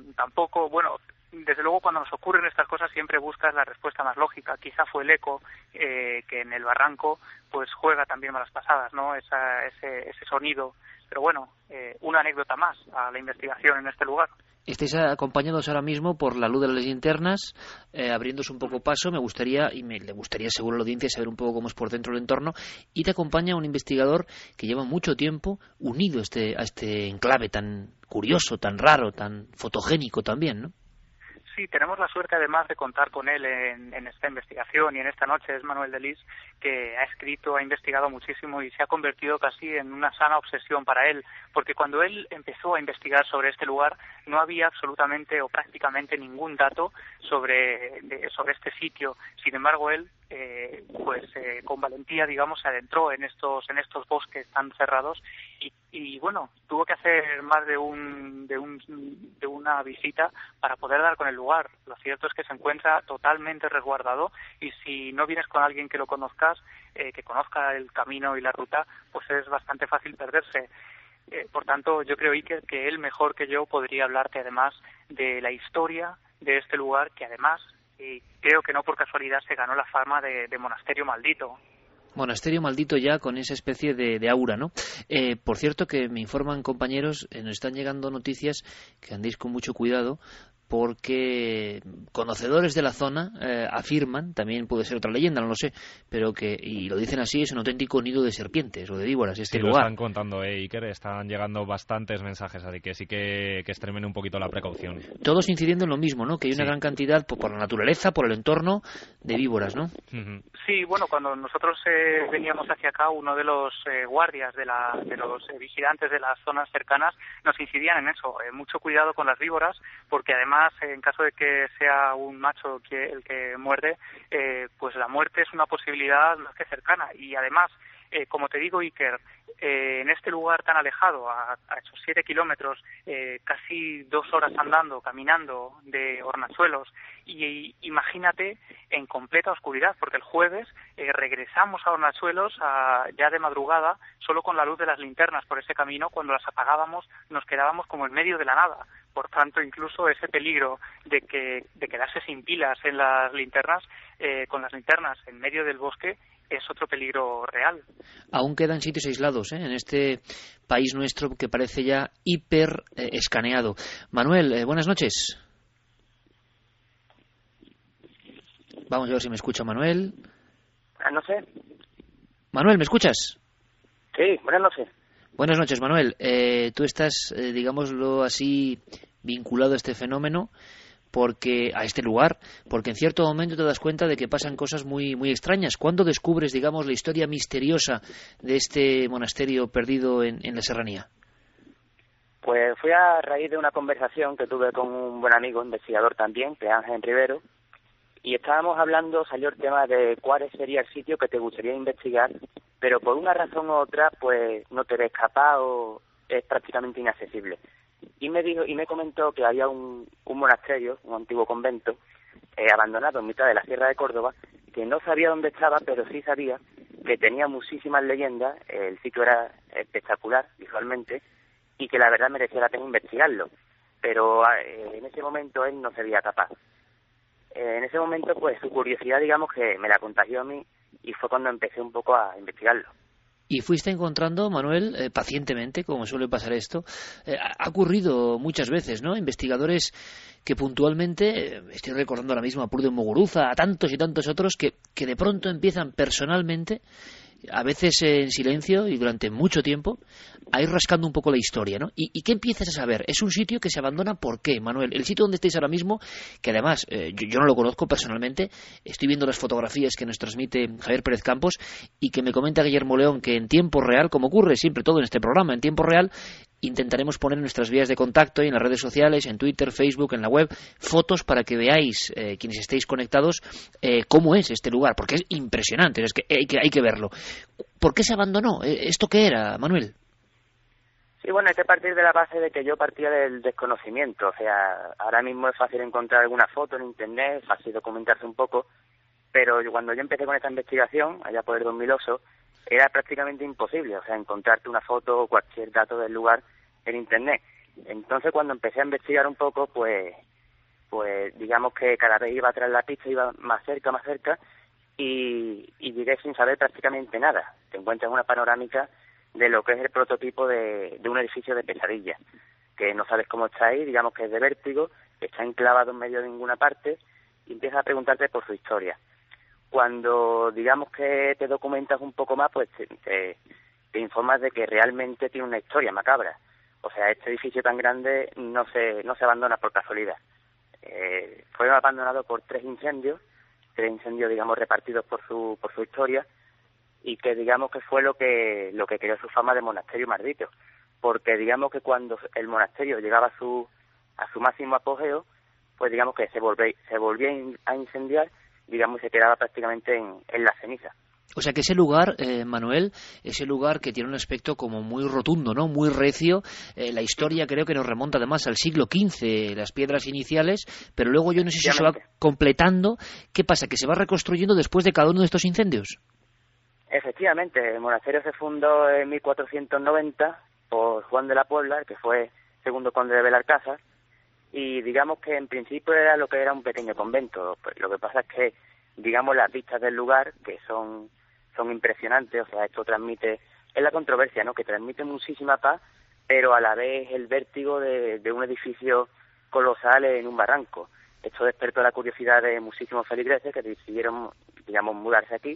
desde luego, cuando nos ocurren estas cosas siempre buscas la respuesta más lógica. Quizá fue el eco que en el barranco pues juega también malas pasadas, ¿no? Ese sonido. Pero bueno, una anécdota más a la investigación en este lugar. Estáis acompañados ahora mismo por la luz de las linternas, abriéndose un poco paso. Me gustaría, y le gustaría seguro a la audiencia, saber un poco cómo es por dentro el entorno. Y te acompaña un investigador que lleva mucho tiempo unido a este enclave tan curioso, tan raro, tan fotogénico también, ¿no? Sí, tenemos la suerte además de contar con él en esta investigación, y en esta noche es Manuel Delis, que ha escrito, ha investigado muchísimo y se ha convertido casi en una sana obsesión para él, porque cuando él empezó a investigar sobre este lugar no había absolutamente o prácticamente ningún dato sobre este sitio. Sin embargo, él con valentía, digamos, se adentró en estos bosques tan cerrados y bueno, tuvo que hacer más de una visita para poder dar con el lugar. Lo cierto es que se encuentra totalmente resguardado, y si no vienes con alguien que lo conozcas, que conozca el camino y la ruta, pues es bastante fácil perderse. Por tanto, yo creo, Iker, que él mejor que yo podría hablarte además de la historia de este lugar, que además, y creo que no por casualidad, se ganó la fama de monasterio maldito. Monasterio maldito, ya con esa especie de aura, ¿no? Por cierto, que me informan compañeros, nos están llegando noticias que andéis con mucho cuidado, porque conocedores de la zona afirman, también puede ser otra leyenda, no lo sé, pero que, y lo dicen así, es un auténtico nido de serpientes o de víboras este lugar. Lo están contando, Iker, están llegando bastantes mensajes, así que sí que extremen un poquito la precaución. Todos incidiendo en lo mismo, ¿no? Que hay una gran cantidad, por la naturaleza, por el entorno, de víboras, ¿no? Sí, bueno, cuando nosotros veníamos hacia acá, uno de los guardias de los vigilantes de las zonas cercanas nos incidían en eso, mucho cuidado con las víboras, porque además, en caso de que sea un macho el que muerde, pues la muerte es una posibilidad más que cercana. Y además, como te digo, Iker, en este lugar tan alejado, a esos 7 kilómetros, casi 2 horas andando, caminando de Hornachuelos, y imagínate en completa oscuridad, porque el jueves regresamos a Hornachuelos ya de madrugada, solo con la luz de las linternas por ese camino. Cuando las apagábamos nos quedábamos como en medio de la nada. Por tanto, incluso ese peligro de quedarse sin pilas en las linternas, con las linternas en medio del bosque, es otro peligro real. Aún quedan sitios aislados, en este país nuestro que parece ya hiper escaneado. Manuel, buenas noches. Vamos a ver si me escucha Manuel. Buenas noches. Manuel, ¿me escuchas? Sí, buenas noches. Buenas noches, Manuel. Tú estás, digámoslo así, vinculado a este fenómeno, a este lugar, porque en cierto momento te das cuenta de que pasan cosas muy, muy extrañas. ¿Cuándo descubres, digamos, la historia misteriosa de este monasterio perdido en la serranía? Pues fui a raíz de una conversación que tuve con un buen amigo, investigador también, que es Ángel Rivero, y estábamos hablando, salió el tema de cuál sería el sitio que te gustaría investigar, pero por una razón u otra, pues no te ves capaz o es prácticamente inaccesible. Y me comentó que había un monasterio, un antiguo convento, abandonado en mitad de la Sierra de Córdoba, que no sabía dónde estaba, pero sí sabía que tenía muchísimas leyendas, el sitio era espectacular visualmente, y que la verdad merecía la pena investigarlo. Pero en ese momento él no se veía capaz. En ese momento, pues su curiosidad, digamos, que me la contagió a mí, y fue cuando empecé un poco a investigarlo. Y fuiste encontrando, Manuel, pacientemente, como suele pasar esto. Ha ocurrido muchas veces, ¿no? Investigadores que puntualmente, estoy recordando ahora mismo a Pruden Muguruza, a tantos y tantos otros, que de pronto empiezan personalmente, a veces en silencio y durante mucho tiempo, a ir rascando un poco la historia, ¿no? ¿Y qué empiezas a saber? Es un sitio que se abandona, ¿por qué, Manuel? El sitio donde estáis ahora mismo, que además yo no lo conozco personalmente, estoy viendo las fotografías que nos transmite Javier Pérez Campos y que me comenta Guillermo León que en tiempo real, como ocurre siempre todo en este programa, en tiempo real, intentaremos poner en nuestras vías de contacto y en las redes sociales, en Twitter, Facebook, en la web, fotos para que veáis, quienes estéis conectados, cómo es este lugar, porque es impresionante, es que hay que verlo. ¿Por qué se abandonó? ¿Esto qué era, Manuel? Sí, bueno, hay que partir de la base de que yo partía del desconocimiento. O sea, ahora mismo es fácil encontrar alguna foto en Internet, fácil documentarse un poco, pero cuando yo empecé con esta investigación, allá por el 2008, era prácticamente imposible, o sea, encontrarte una foto o cualquier dato del lugar en Internet. Entonces, cuando empecé a investigar un poco, pues digamos que cada vez iba tras la pista, iba más cerca, y llegué sin saber prácticamente nada. Te encuentras una panorámica de lo que es el prototipo de un edificio de pesadilla, que no sabes cómo está ahí, digamos que es de vértigo, está enclavado en medio de ninguna parte, y empiezas a preguntarte por su historia. Cuando digamos que te documentas un poco más, pues te informas de que realmente tiene una historia macabra. O sea, este edificio tan grande no se abandona por casualidad. Fue abandonado por tres incendios, digamos, repartidos por su historia, y que digamos que fue lo que creó su fama de monasterio maldito, porque digamos que cuando el monasterio llegaba a su máximo apogeo, pues digamos que se volvía a incendiar, digamos, y se quedaba prácticamente en la ceniza. O sea que ese lugar, Manuel, ese lugar que tiene un aspecto como muy rotundo, ¿no? Muy recio. La historia creo que nos remonta además al siglo XV, las piedras iniciales, pero luego yo no sé si se va completando. ¿Qué pasa? ¿Que se va reconstruyendo después de cada uno de estos incendios? Efectivamente, el monasterio se fundó en 1490 por Juan de la Puebla, que fue segundo conde de Belalcázar, y digamos que en principio era lo que era un pequeño convento. Pues lo que pasa es que, digamos, las vistas del lugar, que son impresionantes, o sea, esto transmite, es la controversia, ¿no?, que transmite muchísima paz, pero a la vez el vértigo de un edificio colosal en un barranco. Esto despertó la curiosidad de muchísimos feligreses que decidieron, digamos, mudarse aquí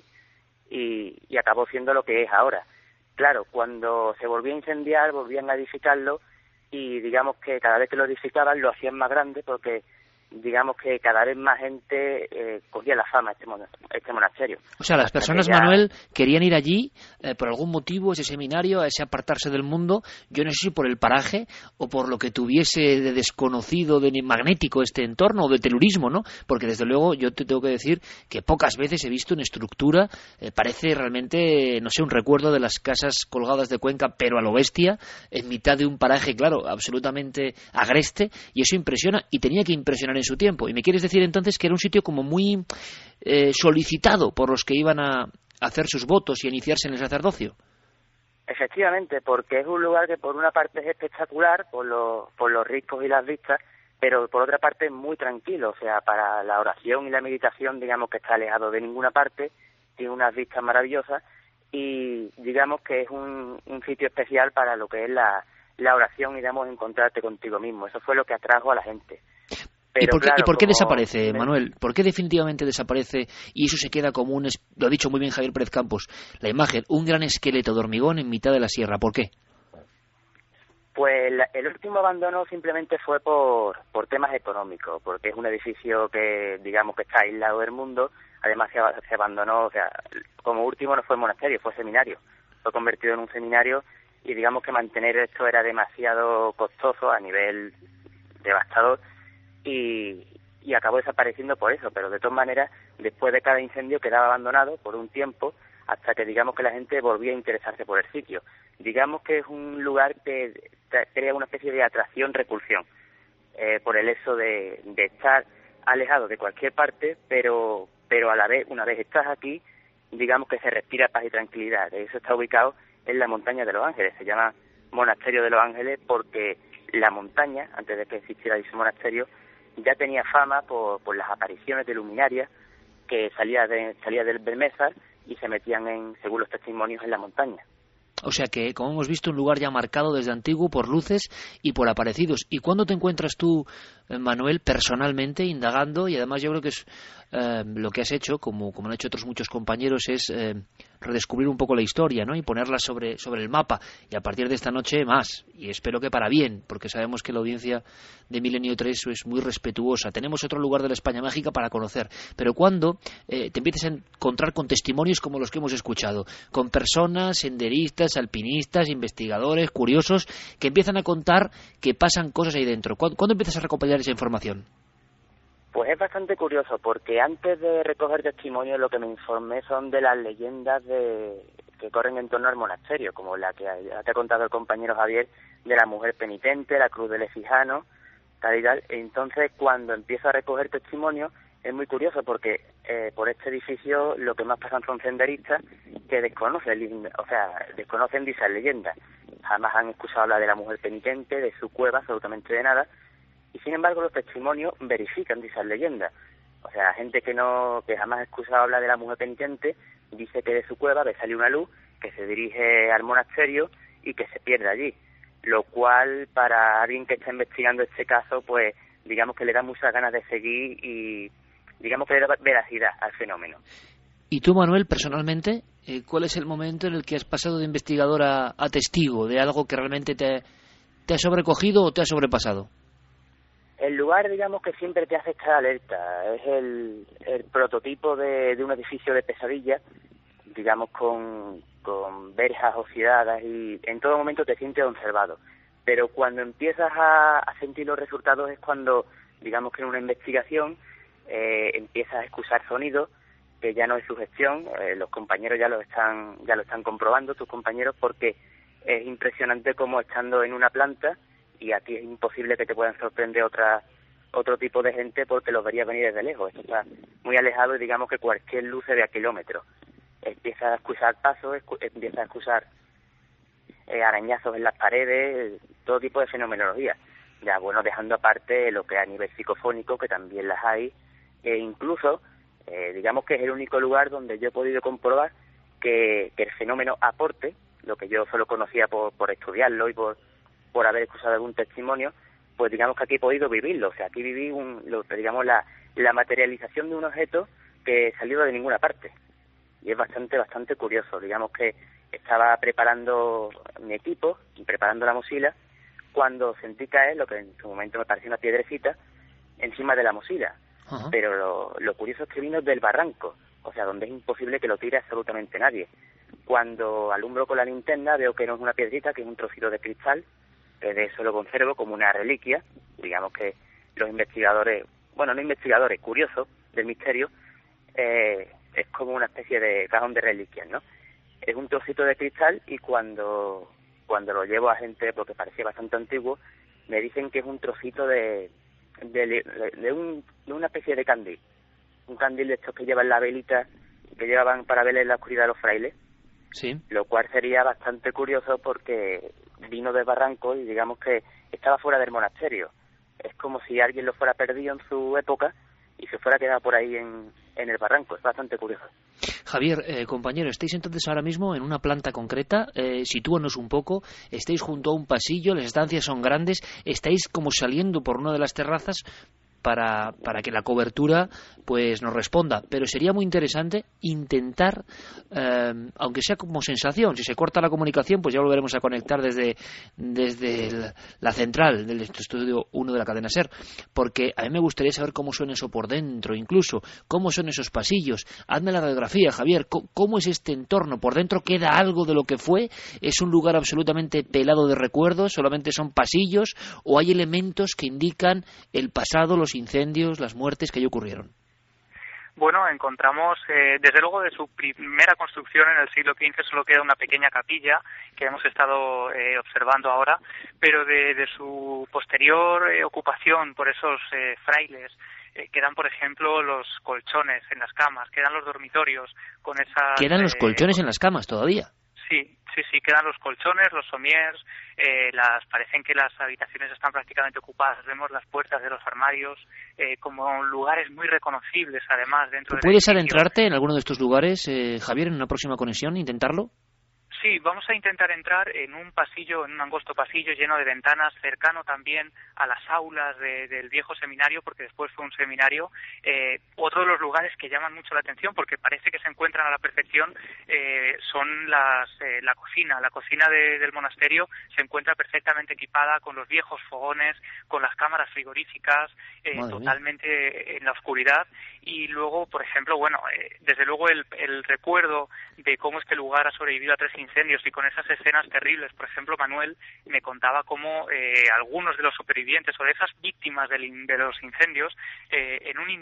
y acabó siendo lo que es ahora. Claro, cuando se volvió a incendiar, volvían a edificarlo y digamos que cada vez que lo edificaban lo hacían más grande porque digamos que cada vez más gente cogía la fama este monasterio. O sea, las personas, Manuel, querían ir allí por algún motivo, ese seminario, a ese apartarse del mundo, yo no sé si por el paraje o por lo que tuviese de desconocido, de magnético este entorno o de telurismo, ¿no? Porque desde luego yo te tengo que decir que pocas veces he visto una estructura, parece realmente, no sé, un recuerdo de las casas colgadas de Cuenca, pero a lo bestia, en mitad de un paraje, claro, absolutamente agreste, y eso impresiona y tenía que impresionar en su tiempo. Y me quieres decir entonces que era un sitio como muy solicitado por los que iban a hacer sus votos y a iniciarse en el sacerdocio. Efectivamente, porque es un lugar que por una parte es espectacular por los riscos y las vistas, pero por otra parte es muy tranquilo, o sea, para la oración y la meditación digamos que está alejado de ninguna parte, tiene unas vistas maravillosas y digamos que es un sitio especial para lo que es la oración y digamos encontrarte contigo mismo. Eso fue lo que atrajo a la gente. Pero, ¿Y por qué desaparece, Manuel? ¿Por qué definitivamente desaparece y eso se queda como lo ha dicho muy bien Javier Pérez Campos, la imagen, un gran esqueleto de hormigón en mitad de la sierra? ¿Por qué? Pues el último abandono simplemente fue por temas económicos, porque es un edificio que digamos que está aislado del mundo, además se abandonó, o sea, como último no fue monasterio, fue seminario, fue convertido en un seminario y digamos que mantener esto era demasiado costoso a nivel devastador. Y acabó desapareciendo por eso, pero de todas maneras, después de cada incendio quedaba abandonado por un tiempo hasta que digamos que la gente volvía a interesarse por el sitio. Digamos que es un lugar que crea una especie de atracción-repulsión por el hecho de estar alejado de cualquier parte, pero a la vez, una vez estás aquí, digamos que se respira paz y tranquilidad. Eso está ubicado en la montaña de los Ángeles, se llama Monasterio de los Ángeles porque la montaña, antes de que existiera ese monasterio, ya tenía fama por las apariciones de luminarias que salía del Belmésar y se metían según los testimonios, en la montaña. O sea que, como hemos visto, un lugar ya marcado desde antiguo por luces y por aparecidos. ¿Y cuándo te encuentras tú, Manuel, personalmente indagando? Y además yo creo que es lo que has hecho, como han hecho otros muchos compañeros, es redescubrir un poco la historia, ¿no? Y ponerla sobre el mapa. Y a partir de esta noche más. Y espero que para bien, porque sabemos que la audiencia de Milenio 3 es muy respetuosa. Tenemos otro lugar de la España mágica para conocer. Pero cuando te empieces a encontrar con testimonios como los que hemos escuchado, con personas, senderistas, alpinistas, investigadores, curiosos, que empiezan a contar que pasan cosas ahí dentro. ¿Cuándo empiezas a recopilar esa información? Pues es bastante curioso, porque antes de recoger testimonios lo que me informé son de las leyendas que corren en torno al monasterio, como la que te ha contado el compañero Javier, de la mujer penitente, la cruz del Efijano, tal y tal. Entonces, cuando empiezo a recoger testimonios, es muy curioso, porque por este edificio lo que más pasan son senderistas que desconocen dichas leyendas. Jamás han escuchado hablar de la mujer penitente, de su cueva, absolutamente de nada. Y sin embargo los testimonios verifican dichas leyendas. O sea, gente que jamás ha escuchado hablar de la mujer penitente dice que de su cueva ve salir una luz que se dirige al monasterio y que se pierde allí. Lo cual, para alguien que está investigando este caso, pues digamos que le da muchas ganas de seguir y digamos que le da veracidad al fenómeno. ¿Y tú, Manuel, personalmente, cuál es el momento en el que has pasado de investigador a testigo de algo que realmente te ha sobrecogido o te ha sobrepasado? El lugar, digamos, que siempre te hace estar alerta. Es el prototipo de un edificio de pesadilla, digamos, con verjas oxidadas y en todo momento te sientes observado. Pero cuando empiezas a sentir los resultados es cuando, digamos que en una investigación, empiezas a escuchar sonidos que ya no es sugestión. Los compañeros ya lo están comprobando, tus compañeros, porque es impresionante cómo estando en una planta, y aquí es imposible que te puedan sorprender otro tipo de gente porque los verías venir desde lejos. Esto está muy alejado y digamos que cualquier luz se ve a kilómetros. Empiezas a escuchar pasos, empiezas a escuchar arañazos en las paredes, todo tipo de fenomenología. Ya, bueno, dejando aparte lo que a nivel psicofónico, que también las hay, e incluso, digamos que es el único lugar donde yo he podido comprobar que el fenómeno aporte, lo que yo solo conocía por estudiarlo y por haber escuchado algún testimonio, pues digamos que aquí he podido vivirlo. O sea, aquí viví la materialización de un objeto que salió de ninguna parte. Y es bastante curioso. Digamos que estaba preparando mi equipo y preparando la mochila cuando sentí caer lo que en su momento me pareció una piedrecita encima de la mochila. Ajá. Pero lo curioso es que vino del barranco, o sea, donde es imposible que lo tire absolutamente nadie. Cuando alumbro con la linterna veo que no es una piedrita, que es un trocito de cristal, que de eso lo conservo como una reliquia. Digamos que los investigadores, curiosos del misterio, es como una especie de cajón de reliquias, ¿no? Es un trocito de cristal y cuando lo llevo a gente, porque parecía bastante antiguo, me dicen que es un trocito de una especie de candil. Un candil de estos que llevan la velita, que llevaban para ver en la oscuridad los frailes. Sí. Lo cual sería bastante curioso porque vino del barranco y digamos que estaba fuera del monasterio. Es como si alguien lo fuera perdido en su época y se fuera quedado por ahí en el barranco. Es bastante curioso. Javier, compañero, estáis entonces ahora mismo en una planta concreta, sitúanos un poco, estáis junto a un pasillo, las estancias son grandes, estáis como saliendo por una de las terrazas para que la cobertura pues nos responda, pero sería muy interesante intentar, aunque sea como sensación, si se corta la comunicación pues ya volveremos a conectar desde la central del estudio 1 de la cadena SER, porque a mí me gustaría saber cómo suena eso por dentro, incluso cómo son esos pasillos. Hazme la radiografía, Javier, cómo es este entorno, por dentro queda algo de lo que fue, es un lugar absolutamente pelado de recuerdos, solamente son pasillos o hay elementos que indican el pasado, los incendios, las muertes que allí ocurrieron. Bueno, encontramos, desde luego de su primera construcción en el siglo XV solo queda una pequeña capilla que hemos estado observando ahora, pero de su posterior ocupación por esos frailes, quedan, por ejemplo, los colchones en las camas, quedan los dormitorios con esas... ¿Quedan los colchones en las camas todavía? Sí, quedan los colchones, los somiers, parecen que las habitaciones están prácticamente ocupadas, vemos las puertas de los armarios como lugares muy reconocibles, además, dentro de... ¿Puedes adentrarte en alguno de estos lugares, Javier, en una próxima conexión, intentarlo? Sí, vamos a intentar entrar en un pasillo, en un angosto pasillo lleno de ventanas, cercano también a las aulas del viejo seminario, porque después fue un seminario. Otro de los lugares que llaman mucho la atención, porque parece que se encuentran a la perfección, son la cocina. La cocina del monasterio se encuentra perfectamente equipada con los viejos fogones, con las cámaras frigoríficas, totalmente en la oscuridad. Y luego, por ejemplo, desde luego el recuerdo de cómo este lugar ha sobrevivido a 3 incendios y con esas escenas terribles. Por ejemplo, Manuel me contaba cómo algunos de los supervivientes o de esas víctimas de los incendios, en un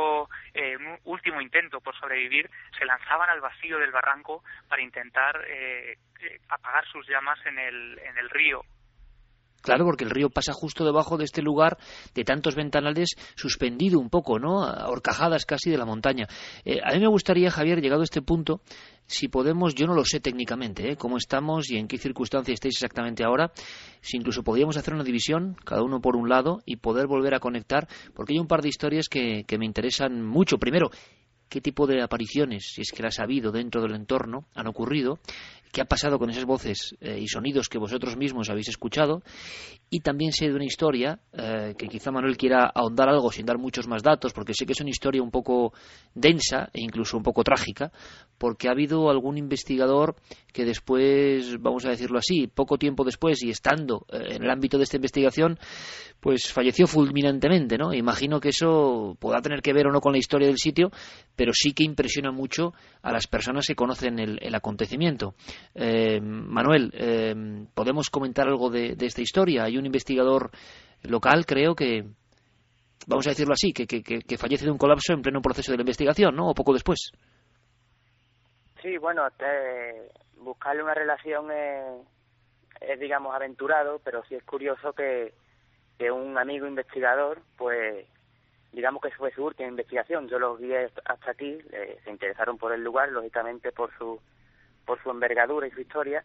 último intento por sobrevivir, se lanzaban al vacío del barranco para intentar apagar sus llamas en el río. Claro, porque el río pasa justo debajo de este lugar de tantos ventanales, suspendido un poco, ¿no? A horcajadas casi de la montaña. A mí me gustaría, Javier, llegado a este punto, si podemos, yo no lo sé técnicamente, cómo estamos y en qué circunstancias estáis exactamente ahora, si incluso podríamos hacer una división, cada uno por un lado, y poder volver a conectar, porque hay un par de historias que me interesan mucho. Primero, qué tipo de apariciones, si es que las ha habido dentro del entorno, han ocurrido, qué ha pasado con esas voces y sonidos que vosotros mismos habéis escuchado, y también sé de una historia que quizá Manuel quiera ahondar algo sin dar muchos más datos, porque sé que es una historia un poco densa e incluso un poco trágica, porque ha habido algún investigador que después, vamos a decirlo así, poco tiempo después y estando en el ámbito de esta investigación, pues falleció fulminantemente, ¿no? Imagino que eso podrá tener que ver o no con la historia del sitio, pero sí que impresiona mucho a las personas que conocen el acontecimiento. Manuel, ¿podemos comentar algo de esta historia? Hay un investigador local, creo que, vamos a decirlo así, que fallece de un colapso en pleno proceso de la investigación, ¿no? O poco después. Sí, buscarle una relación es, digamos, aventurado, pero sí es curioso que un amigo investigador, pues, digamos que fue su última investigación. Yo los guié hasta aquí, se interesaron por el lugar, lógicamente por su envergadura y su historia,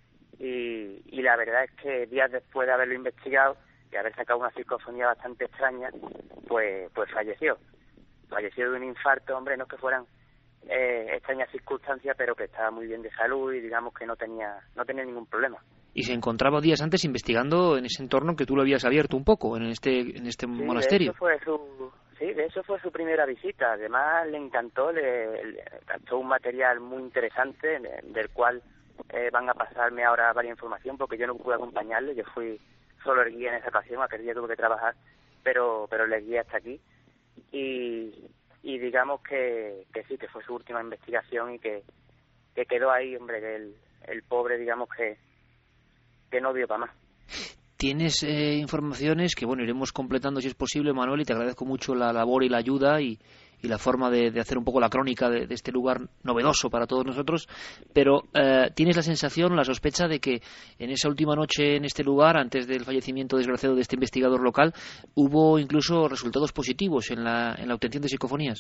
y la verdad es que días después de haberlo investigado y haber sacado una psicofonía bastante extraña, pues falleció de un infarto. Hombre, no es que fueran extrañas circunstancias, pero que estaba muy bien de salud y digamos que no tenía ningún problema. y se encontraba días antes investigando en ese entorno que tú lo habías abierto un poco, en este monasterio. De eso fue su primera visita. Además, le encantó, le captó un material muy interesante del cual van a pasarme ahora varias información, porque yo no pude acompañarle, yo fui solo el guía en esa ocasión, aquel día tuve que trabajar, pero le guié hasta aquí. Y digamos que sí, que fue su última investigación y que quedó ahí, hombre, que el pobre, digamos que no dio para más. Tienes informaciones que, bueno, iremos completando si es posible, Manuel, y te agradezco mucho la labor y la ayuda y la forma de hacer un poco la crónica de este lugar novedoso para todos nosotros, pero ¿tienes la sensación, la sospecha de que en esa última noche en este lugar, antes del fallecimiento desgraciado de este investigador local, hubo incluso resultados positivos en la obtención de psicofonías?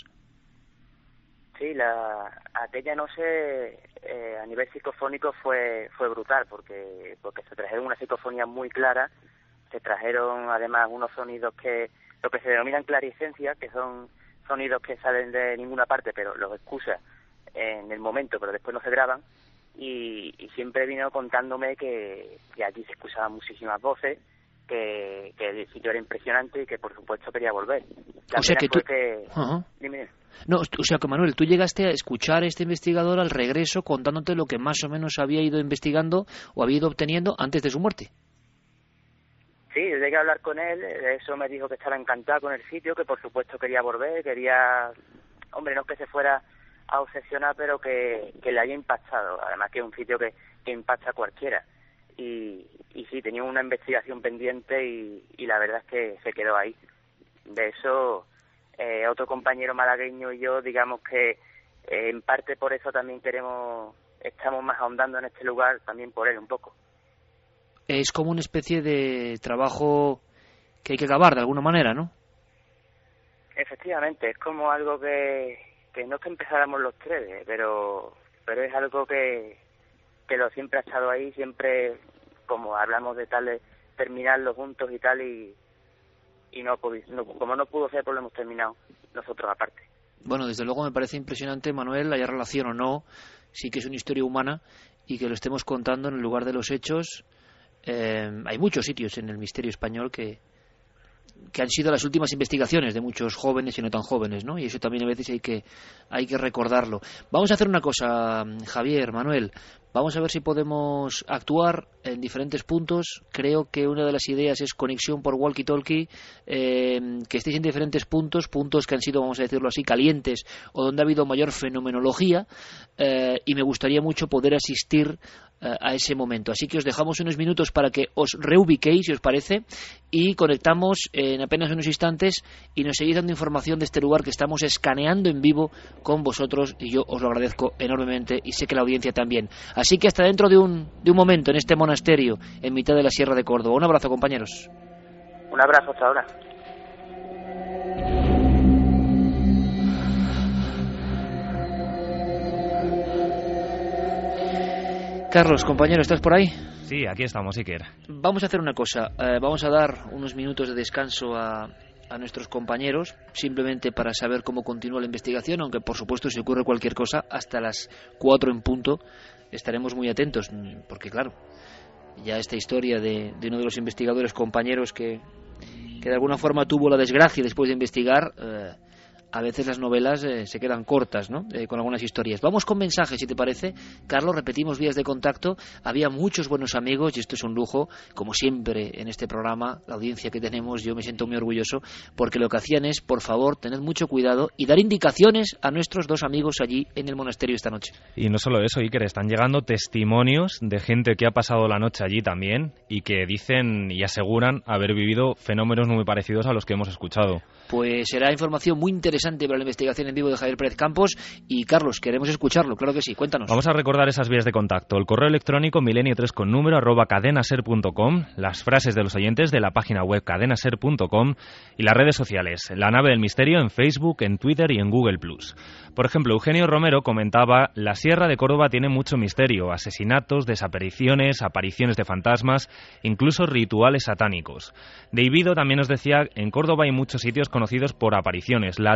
Sí, aquella noche a nivel psicofónico fue brutal, porque se trajeron una psicofonía muy clara, se trajeron además unos sonidos lo que se denominan claricencia, que son sonidos que salen de ninguna parte, pero los escuchas en el momento, pero después no se graban, y siempre vino contándome que allí se escuchaban muchísimas voces, que el sitio era impresionante y que por supuesto quería volver. O sea que tú... Dime. No, o sea que, Manuel, tú llegaste a escuchar a este investigador al regreso contándote lo que más o menos había ido investigando o había ido obteniendo antes de su muerte. Sí, yo llegué a hablar con él, eso me dijo que estaba encantado con el sitio, que por supuesto quería volver, hombre, no es que se fuera a obsesionar, pero que le haya impactado, además que es un sitio que impacta a cualquiera. Y sí, tenía una investigación pendiente y la verdad es que se quedó ahí. De eso, otro compañero malagueño y yo, digamos que en parte por eso también estamos más ahondando en este lugar, también por él un poco. Es como una especie de trabajo que hay que acabar de alguna manera, ¿no? Efectivamente, es como algo que no es que empezáramos los tres, pero es algo que siempre ha estado ahí, siempre, como hablamos de tal, de terminarlo juntos y tal, y como no pudo ser, pues lo hemos terminado nosotros aparte. Bueno, desde luego me parece impresionante, Manuel, haya relación o no, sí que es una historia humana y que lo estemos contando en el lugar de los hechos. Hay muchos sitios en el misterio español que han sido las últimas investigaciones de muchos jóvenes y no tan jóvenes, ¿no? Y eso también a veces hay que recordarlo. Vamos a hacer una cosa, Javier, Manuel. Vamos a ver si podemos actuar en diferentes puntos. Creo que una de las ideas es conexión por walkie-talkie, que estéis en diferentes puntos que han sido, vamos a decirlo así, calientes o donde ha habido mayor fenomenología, y me gustaría mucho poder asistir a ese momento. Así que os dejamos unos minutos para que os reubiquéis, si os parece, y conectamos en apenas unos instantes y nos seguís dando información de este lugar que estamos escaneando en vivo con vosotros, y yo os lo agradezco enormemente y sé que la audiencia también. Así que hasta dentro de un momento en este monasterio en mitad de la Sierra de Córdoba. Un abrazo, compañeros. Un abrazo, hasta ahora. Carlos, compañero, ¿estás por ahí? Sí, aquí estamos, Iker. Vamos a hacer una cosa. Vamos a dar unos minutos de descanso a nuestros compañeros, simplemente para saber cómo continúa la investigación, aunque por supuesto si ocurre cualquier cosa, hasta las 4 en punto estaremos muy atentos, porque claro, ya esta historia de uno de los investigadores compañeros que de alguna forma tuvo la desgracia después de investigar, a veces las novelas se quedan cortas, ¿no? Con algunas historias. Vamos con mensajes, si te parece. Carlos, repetimos vías de contacto. Había muchos buenos amigos y esto es un lujo, como siempre en este programa, la audiencia que tenemos, yo me siento muy orgulloso, porque lo que hacían es, por favor, tened mucho cuidado y dar indicaciones a nuestros dos amigos allí en el monasterio esta noche. Y no solo eso, Iker, están llegando testimonios de gente que ha pasado la noche allí también y que dicen y aseguran haber vivido fenómenos muy parecidos a los que hemos escuchado. Pues será información muy interesante para la investigación en vivo de Javier Pérez Campos. Y Carlos, queremos escucharlo, claro que sí, cuéntanos. Vamos a recordar esas vías de contacto: el correo electrónico milenio3@cadenaser.com, las frases de los oyentes de la página web cadenaser.com y las redes sociales, La Nave del Misterio en Facebook, en Twitter y en Google+. Por ejemplo, Eugenio Romero comentaba: la Sierra de Córdoba tiene mucho misterio, asesinatos, desapariciones, apariciones de fantasmas, incluso rituales satánicos. Davido también nos decía: en Córdoba hay muchos sitios conocidos por apariciones, la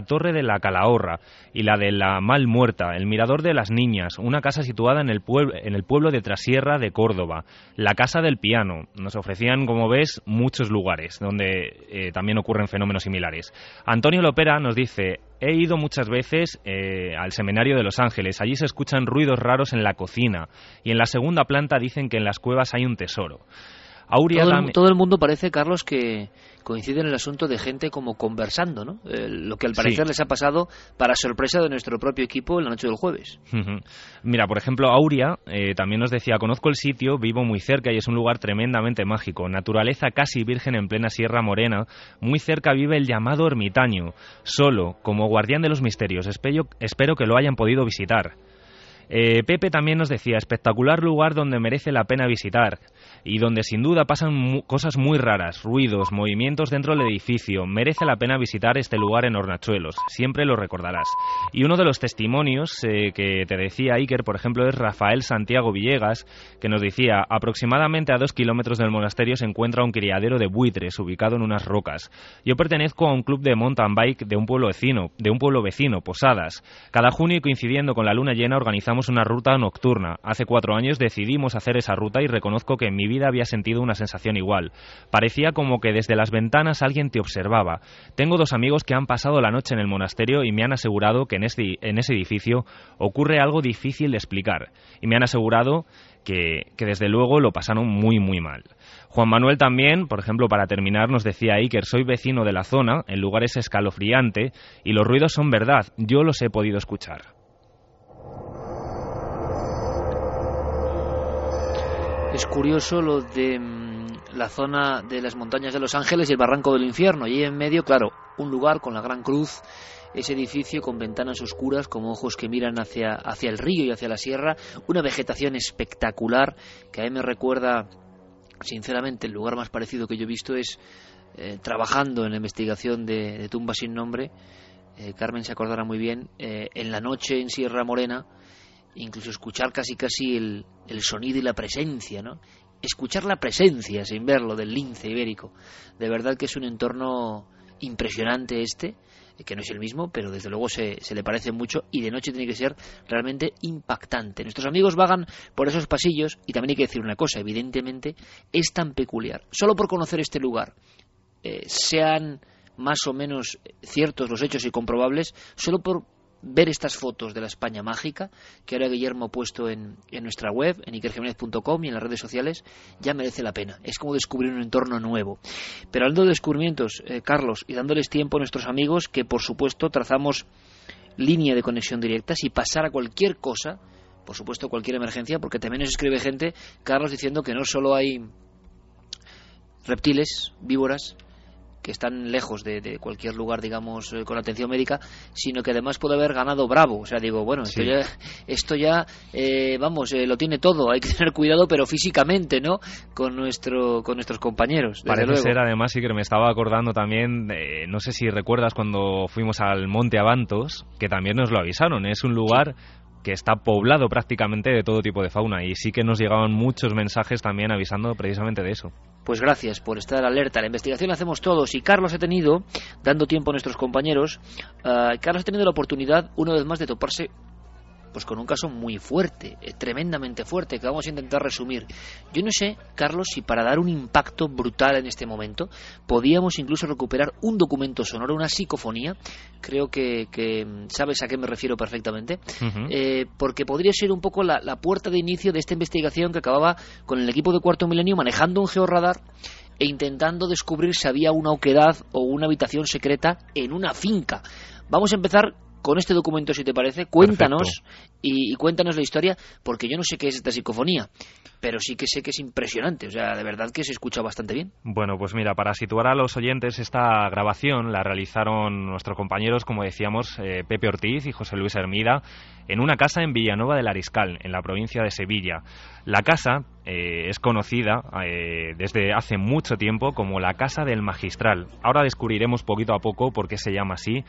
Torre de la Calahorra y la de la Mal Muerta, el Mirador de las Niñas, una casa situada en el pueblo de Trasierra de Córdoba, la Casa del Piano. Nos ofrecían, como ves, muchos lugares donde también ocurren fenómenos similares. Antonio Lopera nos dice: he ido muchas veces al Seminario de Los Ángeles. Allí se escuchan ruidos raros en la cocina y en la segunda planta dicen que en las cuevas hay un tesoro. Todo el mundo parece, Carlos, que coincide en el asunto de gente como conversando, ¿no? Lo que al parecer les ha pasado para sorpresa de nuestro propio equipo en la noche del jueves. Mira, por ejemplo, Aurea también nos decía: conozco el sitio, vivo muy cerca y es un lugar tremendamente mágico. Naturaleza casi virgen en plena Sierra Morena. Muy cerca vive el llamado ermitaño, solo, como guardián de los misterios. Espero que lo hayan podido visitar. Pepe también nos decía: espectacular lugar donde merece la pena visitar y donde sin duda pasan cosas muy raras, ruidos, movimientos dentro del edificio. Merece la pena visitar este lugar en Hornachuelos, siempre lo recordarás. Y uno de los testimonios que te decía Iker, por ejemplo, es Rafael Santiago Villegas, que nos decía: aproximadamente a 2 kilómetros del monasterio se encuentra un criadero de buitres ubicado en unas rocas. Yo pertenezco a un club de mountain bike de un pueblo vecino, Posadas. Cada junio, coincidiendo con la luna llena, organizamos una ruta nocturna. Hace 4 años decidimos hacer esa ruta y reconozco que en mi vida había sentido una sensación igual. Parecía como que desde las ventanas alguien te observaba. Tengo 2 amigos que han pasado la noche en el monasterio y me han asegurado que en ese edificio ocurre algo difícil de explicar. Y me han asegurado que desde luego lo pasaron muy muy mal. Juan Manuel también, por ejemplo, para terminar, nos decía: Iker, soy vecino de la zona, el lugar es escalofriante y los ruidos son verdad, yo los he podido escuchar. Es curioso lo de la zona de las montañas de Los Ángeles y el Barranco del Infierno. Y ahí en medio, claro, un lugar con la Gran Cruz, ese edificio con ventanas oscuras como ojos que miran hacia el río y hacia la sierra, una vegetación espectacular que a mí me recuerda, sinceramente, el lugar más parecido que yo he visto es trabajando en la investigación de Tumba sin nombre. Carmen se acordará muy bien, en la noche en Sierra Morena, incluso escuchar casi el sonido y la presencia, ¿no? Escuchar la presencia sin verlo del lince ibérico. De verdad que es un entorno impresionante que no es el mismo, pero desde luego se le parece mucho y de noche tiene que ser realmente impactante. Nuestros amigos vagan por esos pasillos y también hay que decir una cosa: evidentemente es tan peculiar. Solo por conocer este lugar, sean más o menos ciertos los hechos y comprobables, solo por ver estas fotos de la España mágica que ahora Guillermo ha puesto en nuestra web, en ikerjimenez.com y en las redes sociales, ya merece la pena. Es como descubrir un entorno nuevo. Pero hablando de descubrimientos, Carlos, y dándoles tiempo a nuestros amigos, que por supuesto trazamos línea de conexión directa, si pasara cualquier cosa, por supuesto cualquier emergencia, porque también nos escribe gente, Carlos, diciendo que no solo hay reptiles, víboras, que están lejos de cualquier lugar, digamos, con atención médica, sino que además puede haber ganado bravo. O sea, digo, bueno, esto ya lo tiene todo. Hay que tener cuidado, pero físicamente, ¿no? Con nuestros compañeros. Parece luego. Ser, además, sí que me estaba acordando también, no sé si recuerdas cuando fuimos al Monte Abantos, que también nos lo avisaron. Es un lugar que está poblado prácticamente de todo tipo de fauna y sí que nos llegaban muchos mensajes también avisando precisamente de eso. Pues gracias por estar alerta. La investigación la hacemos todos y Carlos ha tenido, dando tiempo a nuestros compañeros, Carlos ha tenido la oportunidad una vez más de toparse pues con un caso muy fuerte, tremendamente fuerte, que vamos a intentar resumir. Yo no sé, Carlos, si para dar un impacto brutal en este momento podíamos incluso recuperar un documento sonoro, una psicofonía. Creo que sabes a qué me refiero perfectamente, porque podría ser un poco la puerta de inicio de esta investigación que acababa con el equipo de Cuarto Milenio manejando un georradar e intentando descubrir si había una oquedad o una habitación secreta en una finca. Vamos a empezar con este documento, si te parece. Cuéntanos y cuéntanos la historia, porque yo no sé qué es esta psicofonía, pero sí que sé que es impresionante. O sea, de verdad que se escucha bastante bien. Bueno, pues mira, para situar a los oyentes, esta grabación la realizaron nuestros compañeros, como decíamos, Pepe Ortiz y José Luis Hermida, en una casa en Villanueva del Ariscal, en la provincia de Sevilla. La casa es conocida desde hace mucho tiempo como la Casa del Magistral. Ahora descubriremos poquito a poco por qué se llama así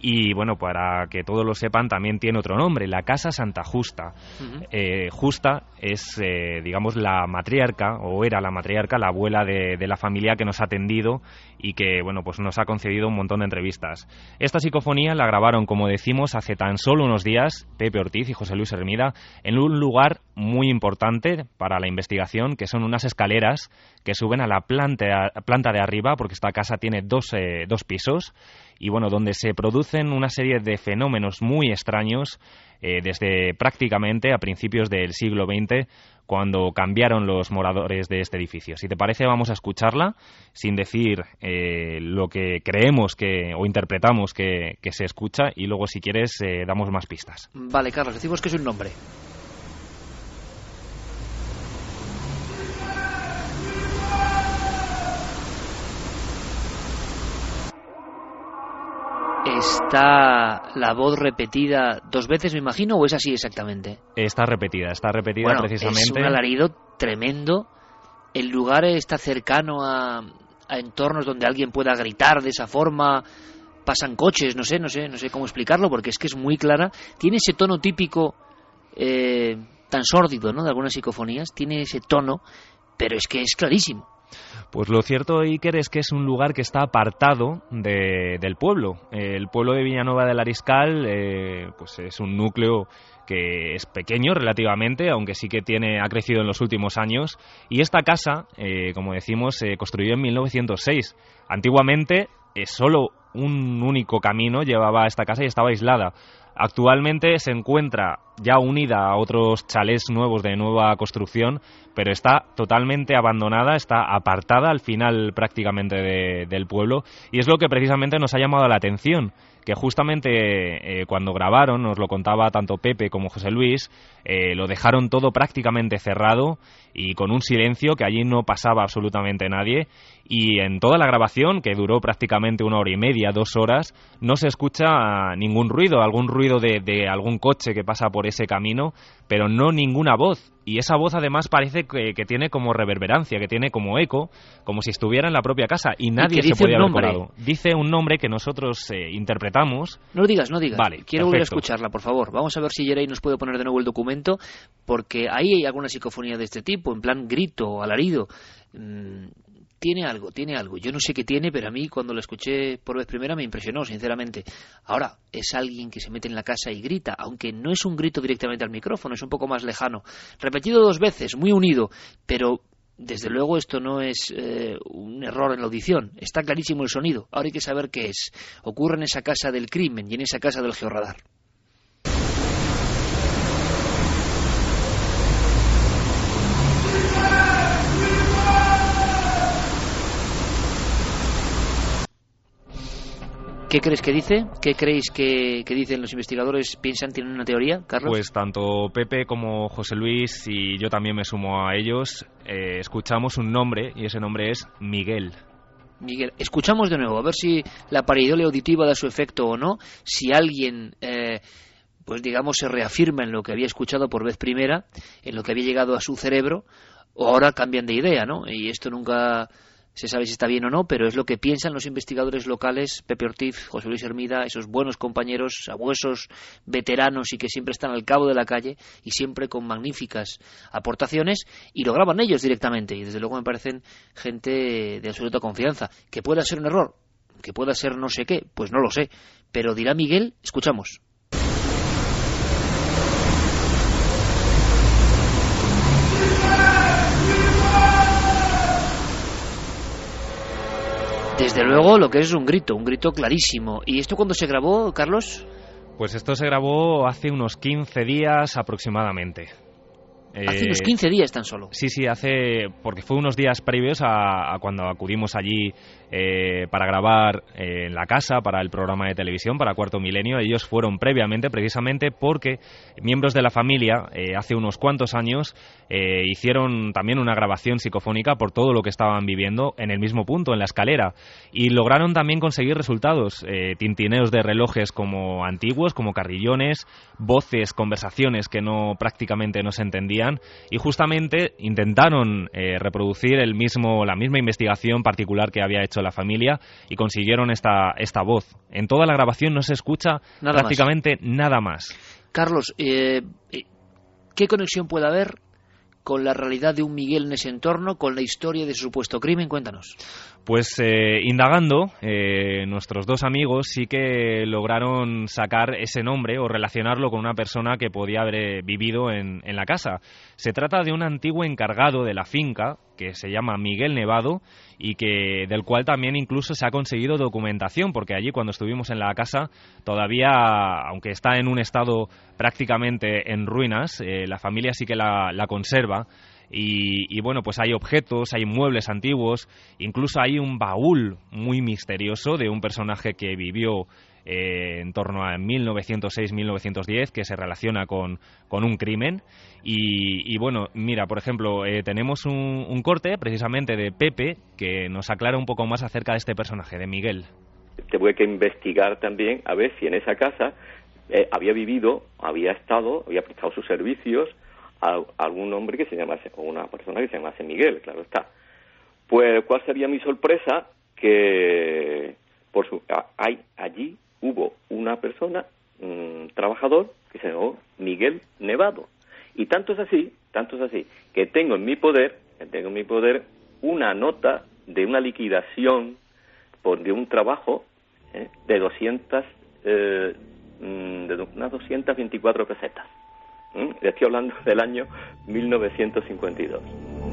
Y bueno, para que todos lo sepan, también tiene otro nombre, la Casa Santa Justa. Justa es, digamos, la matriarca, o era la matriarca, la abuela de la familia que nos ha atendido y que, bueno, pues nos ha concedido un montón de entrevistas. Esta psicofonía la grabaron, como decimos, hace tan solo unos días, Pepe Ortiz y José Luis Hermida, en un lugar muy importante para la investigación, que son unas escaleras que suben a la planta de arriba, porque esta casa tiene dos pisos, y bueno, donde se producen una serie de fenómenos muy extraños desde prácticamente a principios del siglo XX, cuando cambiaron los moradores de este edificio. Si te parece, vamos a escucharla sin decir lo que creemos o interpretamos que se escucha, y luego, si quieres, damos más pistas. Vale, Carlos, decimos que es un nombre. ¿Está la voz repetida 2 veces, me imagino, o es así exactamente? Está repetida bueno, precisamente. Es un alarido tremendo. ¿El lugar está cercano a entornos donde alguien pueda gritar de esa forma? ¿Pasan coches? No sé cómo explicarlo, porque es que es muy clara. Tiene ese tono típico tan sórdido, ¿no?, de algunas psicofonías. Tiene ese tono, pero es que es clarísimo. Pues lo cierto, Iker, es que es un lugar que está apartado del pueblo. El pueblo de Villanueva del Ariscal pues es un núcleo que es pequeño relativamente, aunque sí que ha crecido en los últimos años. Y esta casa, como decimos, se construyó en 1906. Antiguamente, solo un único camino llevaba a esta casa y estaba aislada. Actualmente se encuentra ya unida a otros chalés nuevos de nueva construcción, pero está totalmente abandonada, está apartada al final prácticamente del pueblo, y es lo que precisamente nos ha llamado la atención, que justamente cuando grabaron, nos lo contaba tanto Pepe como José Luis, lo dejaron todo prácticamente cerrado y con un silencio que allí no pasaba absolutamente nadie, y en toda la grabación, que duró prácticamente 1 hora y media, 2 horas, no se escucha ningún ruido, algún ruido de algún coche que pasa por ese camino, pero no ninguna voz. Y esa voz además parece que tiene como reverberancia, que tiene como eco, como si estuviera en la propia casa, y nadie se puede haber colado. Dice un nombre que nosotros interpretamos. No lo digas. Vale, quiero volver a escucharla, por favor. Vamos a ver si Jerey nos puede poner de nuevo el documento, porque ahí hay alguna psicofonía de este tipo, en plan grito o alarido. Tiene algo. Yo no sé qué tiene, pero a mí cuando lo escuché por vez primera me impresionó, sinceramente. Ahora, es alguien que se mete en la casa y grita, aunque no es un grito directamente al micrófono, es un poco más lejano. Repetido 2 veces, muy unido, pero desde luego esto no es un error en la audición. Está clarísimo el sonido. Ahora hay que saber qué es. Ocurre en esa casa del crimen y en esa casa del georradar. ¿Qué crees que dice? ¿Qué creéis que dicen los investigadores? ¿Piensan, tienen una teoría, Carlos? Pues tanto Pepe como José Luis, y yo también me sumo a ellos, escuchamos un nombre, y ese nombre es Miguel. Miguel, escuchamos de nuevo, a ver si la pareidolia auditiva da su efecto o no, si alguien, pues digamos, se reafirma en lo que había escuchado por vez primera, en lo que había llegado a su cerebro, o ahora cambian de idea, ¿no? Y esto nunca se sabe si está bien o no, pero es lo que piensan los investigadores locales, Pepe Ortiz, José Luis Hermida, esos buenos compañeros, sabuesos, veteranos y que siempre están al cabo de la calle y siempre con magníficas aportaciones, y lo graban ellos directamente, y desde luego me parecen gente de absoluta confianza. Que pueda ser un error, que pueda ser no sé qué, pues no lo sé, pero dirá Miguel. Escuchamos. Desde luego lo que es un grito clarísimo. ¿Y esto cuándo se grabó, Carlos? Pues esto se grabó hace unos 15 días aproximadamente. Hace unos 15 días tan solo. Sí, porque fue unos días previos a cuando acudimos allí para grabar en la casa, para el programa de televisión, para Cuarto Milenio. Ellos fueron previamente, precisamente porque miembros de la familia, hace unos cuantos años, hicieron también una grabación psicofónica por todo lo que estaban viviendo en el mismo punto, en la escalera, y lograron también conseguir resultados, tintineos de relojes como antiguos, como carrillones, voces, conversaciones que prácticamente no se entendían, conocían, y justamente intentaron reproducir la misma investigación particular que había hecho la familia y consiguieron esta voz. En toda la grabación no se escucha prácticamente nada más. Carlos, ¿qué conexión puede haber con la realidad de un Miguel en ese entorno, con la historia de su supuesto crimen? Cuéntanos. Pues indagando, nuestros dos amigos sí que lograron sacar ese nombre o relacionarlo con una persona que podía haber vivido en la casa. Se trata de un antiguo encargado de la finca que se llama Miguel Nevado y del cual también incluso se ha conseguido documentación, porque allí cuando estuvimos en la casa todavía, aunque está en un estado prácticamente en ruinas, la familia sí que la conserva. Y bueno, pues hay objetos, hay muebles antiguos, incluso hay un baúl muy misterioso de un personaje que vivió en torno a 1906-1910, que se relaciona con un crimen. Y bueno, mira, por ejemplo, tenemos un corte precisamente de Pepe que nos aclara un poco más acerca de este personaje, de Miguel. Tuve que investigar también a ver si en esa casa había vivido, había prestado sus servicios a algún hombre que se llamase, o una persona que se llamase Miguel, claro está. Pues, ¿cuál sería mi sorpresa? Que allí hubo una persona, trabajador, que se llamó Miguel Nevado. Y tanto es así, que tengo en mi poder una nota de una liquidación de un trabajo de unas 224 pesetas. Le estoy hablando del año 1952.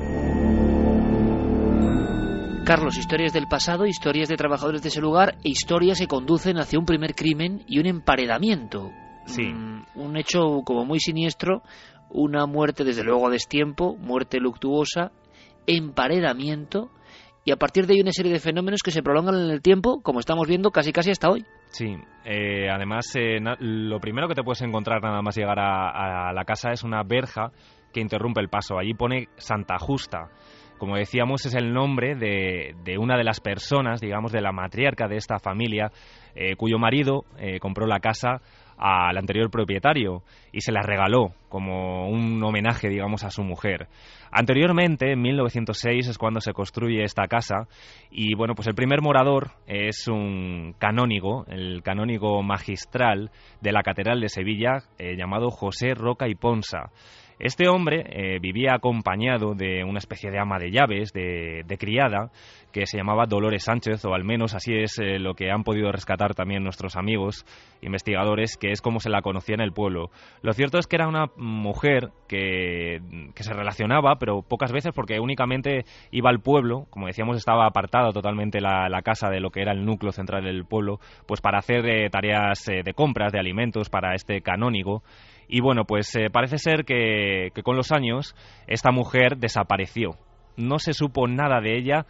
Carlos, historias del pasado, historias de trabajadores de ese lugar e historias que conducen hacia un primer crimen y un emparedamiento. Sí. Un hecho como muy siniestro, una muerte desde luego a destiempo, muerte luctuosa, emparedamiento, y a partir de ahí una serie de fenómenos que se prolongan en el tiempo, como estamos viendo casi hasta hoy. Sí, además lo primero que te puedes encontrar nada más llegar a la casa es una verja que interrumpe el paso. Allí pone Santa Justa. Como decíamos, es el nombre de una de las personas, digamos, de la matriarca de esta familia, cuyo marido compró la casa al anterior propietario y se la regaló como un homenaje, digamos, a su mujer. Anteriormente, en 1906, es cuando se construye esta casa y, bueno, pues el primer morador es un canónigo, el canónigo magistral de la Catedral de Sevilla, llamado José Roca y Ponsa. Este hombre vivía acompañado de una especie de ama de llaves, de criada, que se llamaba Dolores Sánchez, o al menos así es lo que han podido rescatar también nuestros amigos investigadores, que es como se la conocía en el pueblo. Lo cierto es que era una mujer que se relacionaba, pero pocas veces, porque únicamente iba al pueblo, como decíamos, estaba apartada totalmente la casa de lo que era el núcleo central del pueblo, pues para hacer tareas de compras, de alimentos para este canónigo. Y bueno, pues parece ser que con los años esta mujer desapareció. No se supo nada de ella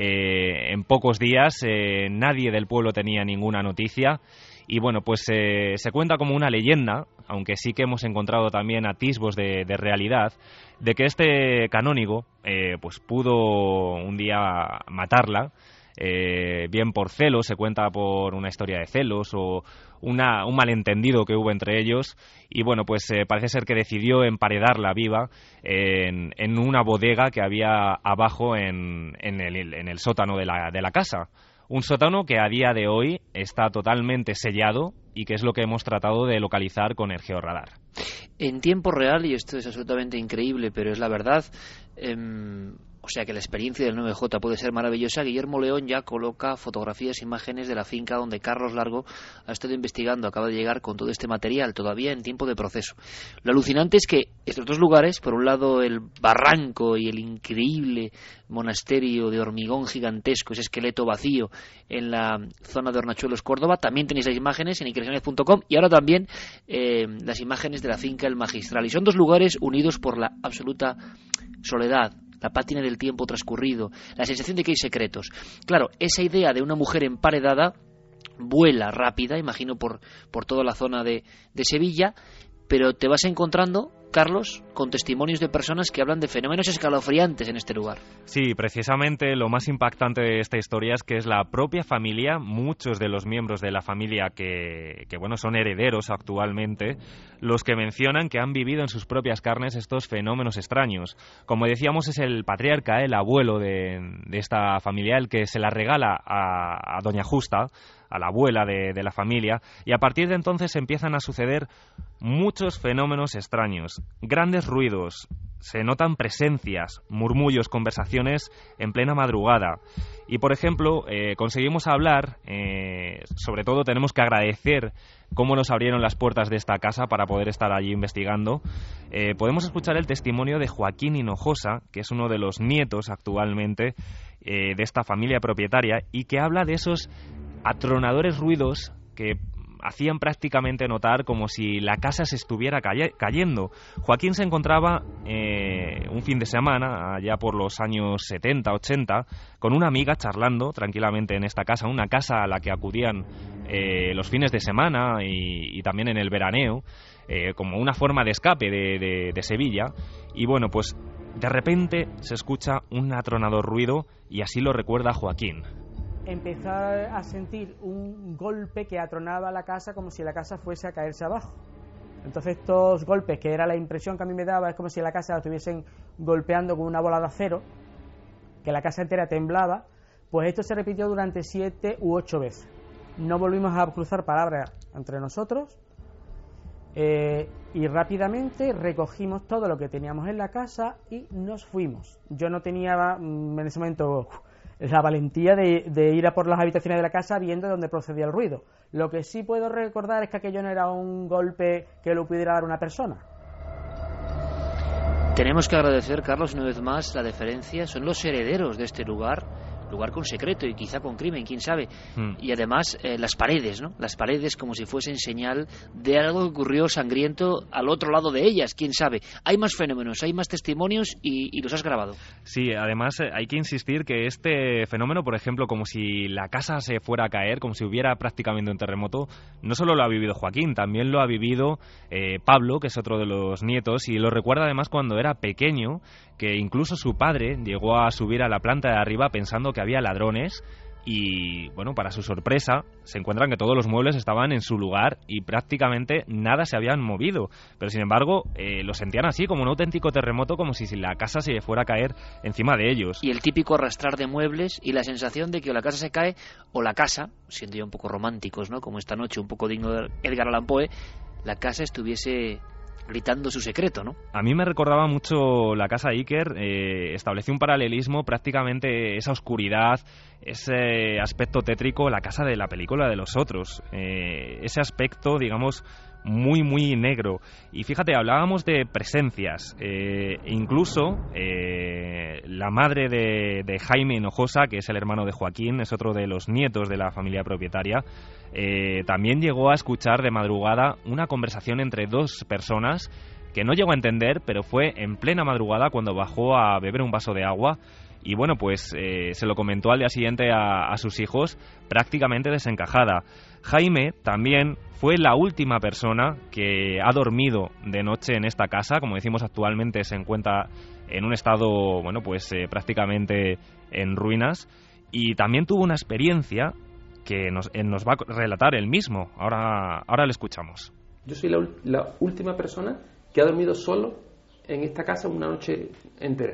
en pocos días, nadie del pueblo tenía ninguna noticia. Y bueno, pues se cuenta como una leyenda, aunque sí que hemos encontrado también atisbos de realidad, de que este canónigo pues pudo un día matarla, bien por celos, se cuenta por una historia de celos o un malentendido que hubo entre ellos, y bueno, pues parece ser que decidió emparedarla viva en una bodega que había abajo en el sótano de la casa. Un sótano que a día de hoy está totalmente sellado y que es lo que hemos tratado de localizar con el georradar. En tiempo real, y esto es absolutamente increíble, pero es la verdad, o sea que la experiencia del 9J puede ser maravillosa. Guillermo León ya coloca fotografías, imágenes de la finca donde Carlos Largo ha estado investigando, acaba de llegar con todo este material, todavía en tiempo de proceso. Lo alucinante es que estos dos lugares, por un lado el barranco y el increíble monasterio de hormigón gigantesco, ese esqueleto vacío en la zona de Hornachuelos, Córdoba, también tenéis las imágenes en increíbles.com, y ahora también las imágenes de la finca El Magistral, y son dos lugares unidos por la absoluta soledad, la pátina del tiempo transcurrido, la sensación de que hay secretos. Claro, esa idea de una mujer emparedada vuela rápida, imagino, por toda la zona de Sevilla, pero te vas encontrando Carlos, con testimonios de personas que hablan de fenómenos escalofriantes en este lugar. Sí, precisamente lo más impactante de esta historia es que es la propia familia, muchos de los miembros de la familia que bueno, son herederos actualmente, los que mencionan que han vivido en sus propias carnes estos fenómenos extraños. Como decíamos, es el patriarca, el abuelo de esta familia, el que se la regala a Doña Justa, a la abuela de la familia, y a partir de entonces empiezan a suceder muchos fenómenos extraños, grandes ruidos, se notan presencias, murmullos, conversaciones en plena madrugada. Y, por ejemplo, conseguimos hablar, sobre todo tenemos que agradecer cómo nos abrieron las puertas de esta casa para poder estar allí investigando. Podemos escuchar el testimonio de Joaquín Hinojosa, que es uno de los nietos actualmente de esta familia propietaria, y que habla de esos atronadores ruidos que hacían prácticamente notar como si la casa se estuviera cayendo. Joaquín se encontraba un fin de semana, allá por los años 70, 80, con una amiga charlando tranquilamente en esta casa, una casa a la que acudían los fines de semana y también en el veraneo, como una forma de escape de Sevilla. Y bueno, pues de repente se escucha un atronador ruido y así lo recuerda Joaquín. Empezó a sentir un golpe que atronaba la casa como si la casa fuese a caerse abajo. Entonces estos golpes, que era la impresión que a mí me daba, es como si la casa la estuviesen golpeando con una bola de acero, que la casa entera temblaba. Pues esto se repitió durante 7 u 8 veces. No volvimos a cruzar palabras entre nosotros y rápidamente recogimos todo lo que teníamos en la casa y nos fuimos. Yo no tenía en ese momento la valentía de ir a por las habitaciones de la casa viendo dónde procedía el ruido. Lo que sí puedo recordar es que aquello no era un golpe que lo pudiera dar una persona. Tenemos que agradecer, Carlos, una vez más la deferencia. Son los herederos de este lugar con secreto y quizá con crimen, quién sabe. Y además las paredes, ¿no? Las paredes como si fuesen señal de algo que ocurrió sangriento al otro lado de ellas, quién sabe. Hay más fenómenos, hay más testimonios y los has grabado. Sí, además hay que insistir que este fenómeno, por ejemplo, como si la casa se fuera a caer, como si hubiera prácticamente un terremoto, no solo lo ha vivido Joaquín, también lo ha vivido Pablo, que es otro de los nietos, y lo recuerda además cuando era pequeño, que incluso su padre llegó a subir a la planta de arriba pensando que había ladrones y, bueno, para su sorpresa, se encuentran que todos los muebles estaban en su lugar y prácticamente nada se habían movido. Pero, sin embargo, lo sentían así, como un auténtico terremoto, como si la casa se fuera a caer encima de ellos. Y el típico arrastrar de muebles y la sensación de que o la casa se cae o la casa, siendo ya un poco románticos, ¿no?, como esta noche, un poco digno de Edgar Allan Poe, la casa estuviese gritando su secreto, ¿no? A mí me recordaba mucho la casa Iker, estableció un paralelismo, prácticamente esa oscuridad, ese aspecto tétrico, la casa de la película de Los Otros, ese aspecto, digamos, muy, muy negro. Y fíjate, hablábamos de presencias, incluso la madre de Jaime Hinojosa, que es el hermano de Joaquín, es otro de los nietos de la familia propietaria, también llegó a escuchar de madrugada una conversación entre dos personas que no llegó a entender, pero fue en plena madrugada cuando bajó a beber un vaso de agua y bueno, pues se lo comentó al día siguiente a sus hijos prácticamente desencajada. Jaime también fue la última persona que ha dormido de noche en esta casa. Como decimos, actualmente se encuentra en un estado, bueno, pues prácticamente en ruinas, y también tuvo una experiencia que nos va a relatar él mismo. Ahora le escuchamos. Yo soy la última persona que ha dormido solo en esta casa una noche entera.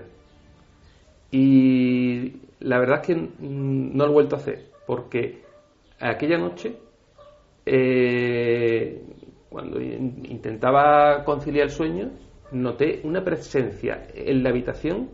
Y la verdad es que no lo he vuelto a hacer, porque aquella noche, cuando intentaba conciliar el sueño, noté una presencia en la habitación,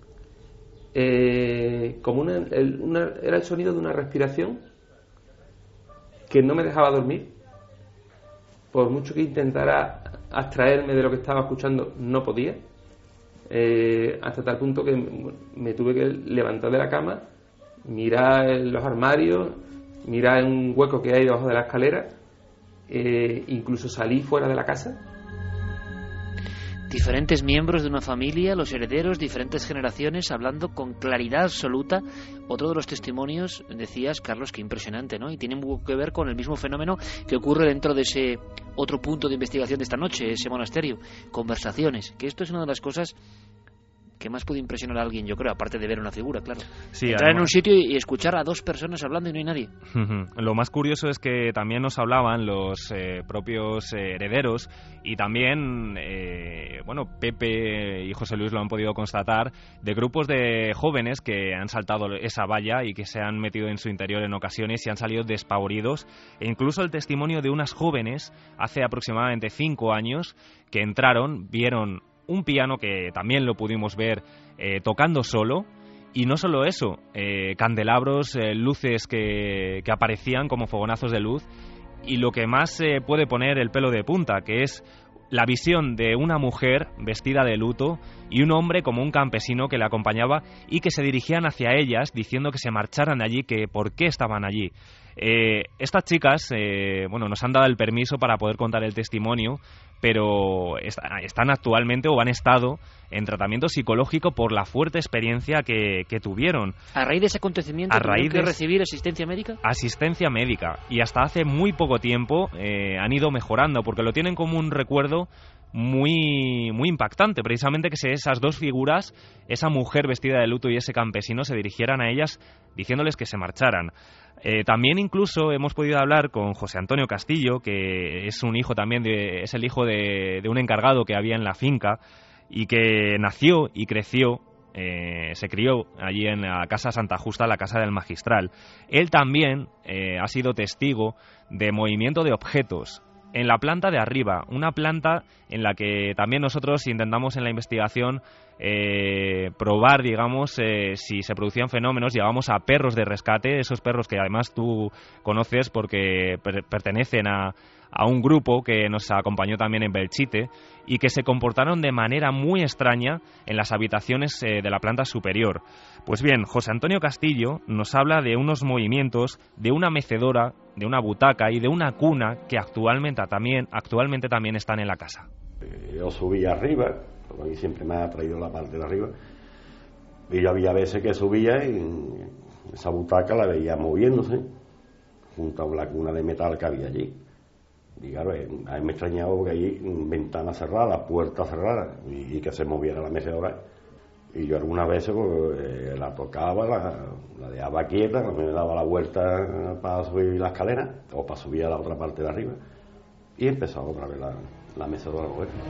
como era el sonido de una respiración que no me dejaba dormir. Por mucho que intentara abstraerme de lo que estaba escuchando, no podía, hasta tal punto que me tuve que levantar de la cama, mirar en los armarios, mirar en un hueco que hay debajo de la escalera, incluso salí fuera de la casa. diferentes miembros de una familia, los herederos, diferentes generaciones, hablando con claridad absoluta. Otro de los testimonios, decías, Carlos, que impresionante, ¿no? Y tiene mucho que ver con el mismo fenómeno que ocurre dentro de ese otro punto de investigación de esta noche, ese monasterio. Conversaciones, que esto es una de las cosas que más puede impresionar a alguien, yo creo, aparte de ver una figura, claro. Sí, entrar en un sitio y escuchar a dos personas hablando y no hay nadie. Lo más curioso es que también nos hablaban los propios herederos y también, Pepe y José Luis lo han podido constatar, de grupos de jóvenes que han saltado esa valla y que se han metido en su interior en ocasiones y han salido despavoridos. E incluso el testimonio de unas jóvenes, hace aproximadamente 5 años, que entraron, vieron un piano que también lo pudimos ver tocando solo, y no solo eso, candelabros, luces que aparecían como fogonazos de luz, y lo que más puede poner el pelo de punta, que es la visión de una mujer vestida de luto y un hombre como un campesino que le acompañaba y que se dirigían hacia ellas diciendo que se marcharan de allí, que por qué estaban allí. Estas chicas, nos han dado el permiso para poder contar el testimonio, pero están actualmente o han estado en tratamiento psicológico por la fuerte experiencia que tuvieron. ¿A raíz de ese acontecimiento tuvieron que recibir asistencia médica? Asistencia médica, y hasta hace muy poco tiempo han ido mejorando, porque lo tienen como un recuerdo muy, muy impactante, precisamente que esas dos figuras, esa mujer vestida de luto y ese campesino, se dirigieran a ellas diciéndoles que se marcharan. También incluso hemos podido hablar con José Antonio Castillo, que es un hijo también es el hijo de un encargado que había en la finca y que nació y creció, se crió allí en la Casa Santa Justa, la casa del magistral. Él también ha sido testigo de movimiento de objetos en la planta de arriba, una planta en la que también nosotros intentamos en la investigación probar, digamos, si se producían fenómenos. Llevamos a perros de rescate, esos perros que además tú conoces porque pertenecen a un grupo que nos acompañó también en Belchite y que se comportaron de manera muy extraña en las habitaciones de la planta superior. Pues bien, José Antonio Castillo nos habla de unos movimientos, de una mecedora, de una butaca y de una cuna que actualmente también están en la casa. Yo subía arriba, a mí siempre me ha traído la parte de arriba, y yo había veces que subía y esa butaca la veía moviéndose junto a la cuna de metal que había allí. Y claro, a mí me extrañaba porque allí ventanas cerradas, puertas cerradas, y que se moviera la mecedora. Y yo algunas veces pues, la tocaba, la dejaba quieta, me daba la vuelta para subir la escalera o para subir a la otra parte de arriba, y empezaba otra vez la mecedora a mover.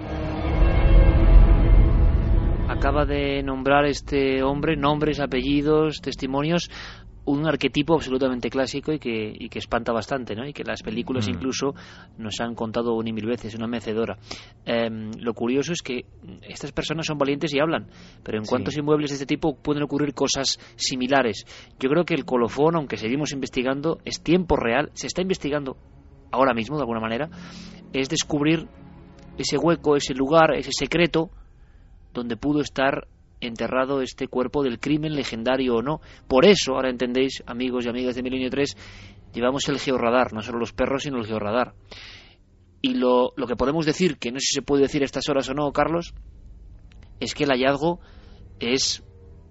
Acaba de nombrar este hombre nombres, apellidos, testimonios, un arquetipo absolutamente clásico y que espanta bastante, ¿no? Y que las películas incluso nos han contado una y mil veces, una mecedora. Lo curioso es que estas personas son valientes y hablan, pero en cuántos inmuebles de este tipo pueden ocurrir cosas similares. Yo creo que el colofón, aunque seguimos investigando, es tiempo real, se está investigando ahora mismo de alguna manera, es descubrir ese hueco, ese lugar, ese secreto donde pudo estar enterrado este cuerpo del crimen, legendario o no. Por eso, ahora entendéis, amigos y amigas de Milenio 3, llevamos el georradar, no solo los perros, sino el georradar. Y lo que podemos decir, que no sé si se puede decir a estas horas o no, Carlos, es que el hallazgo es,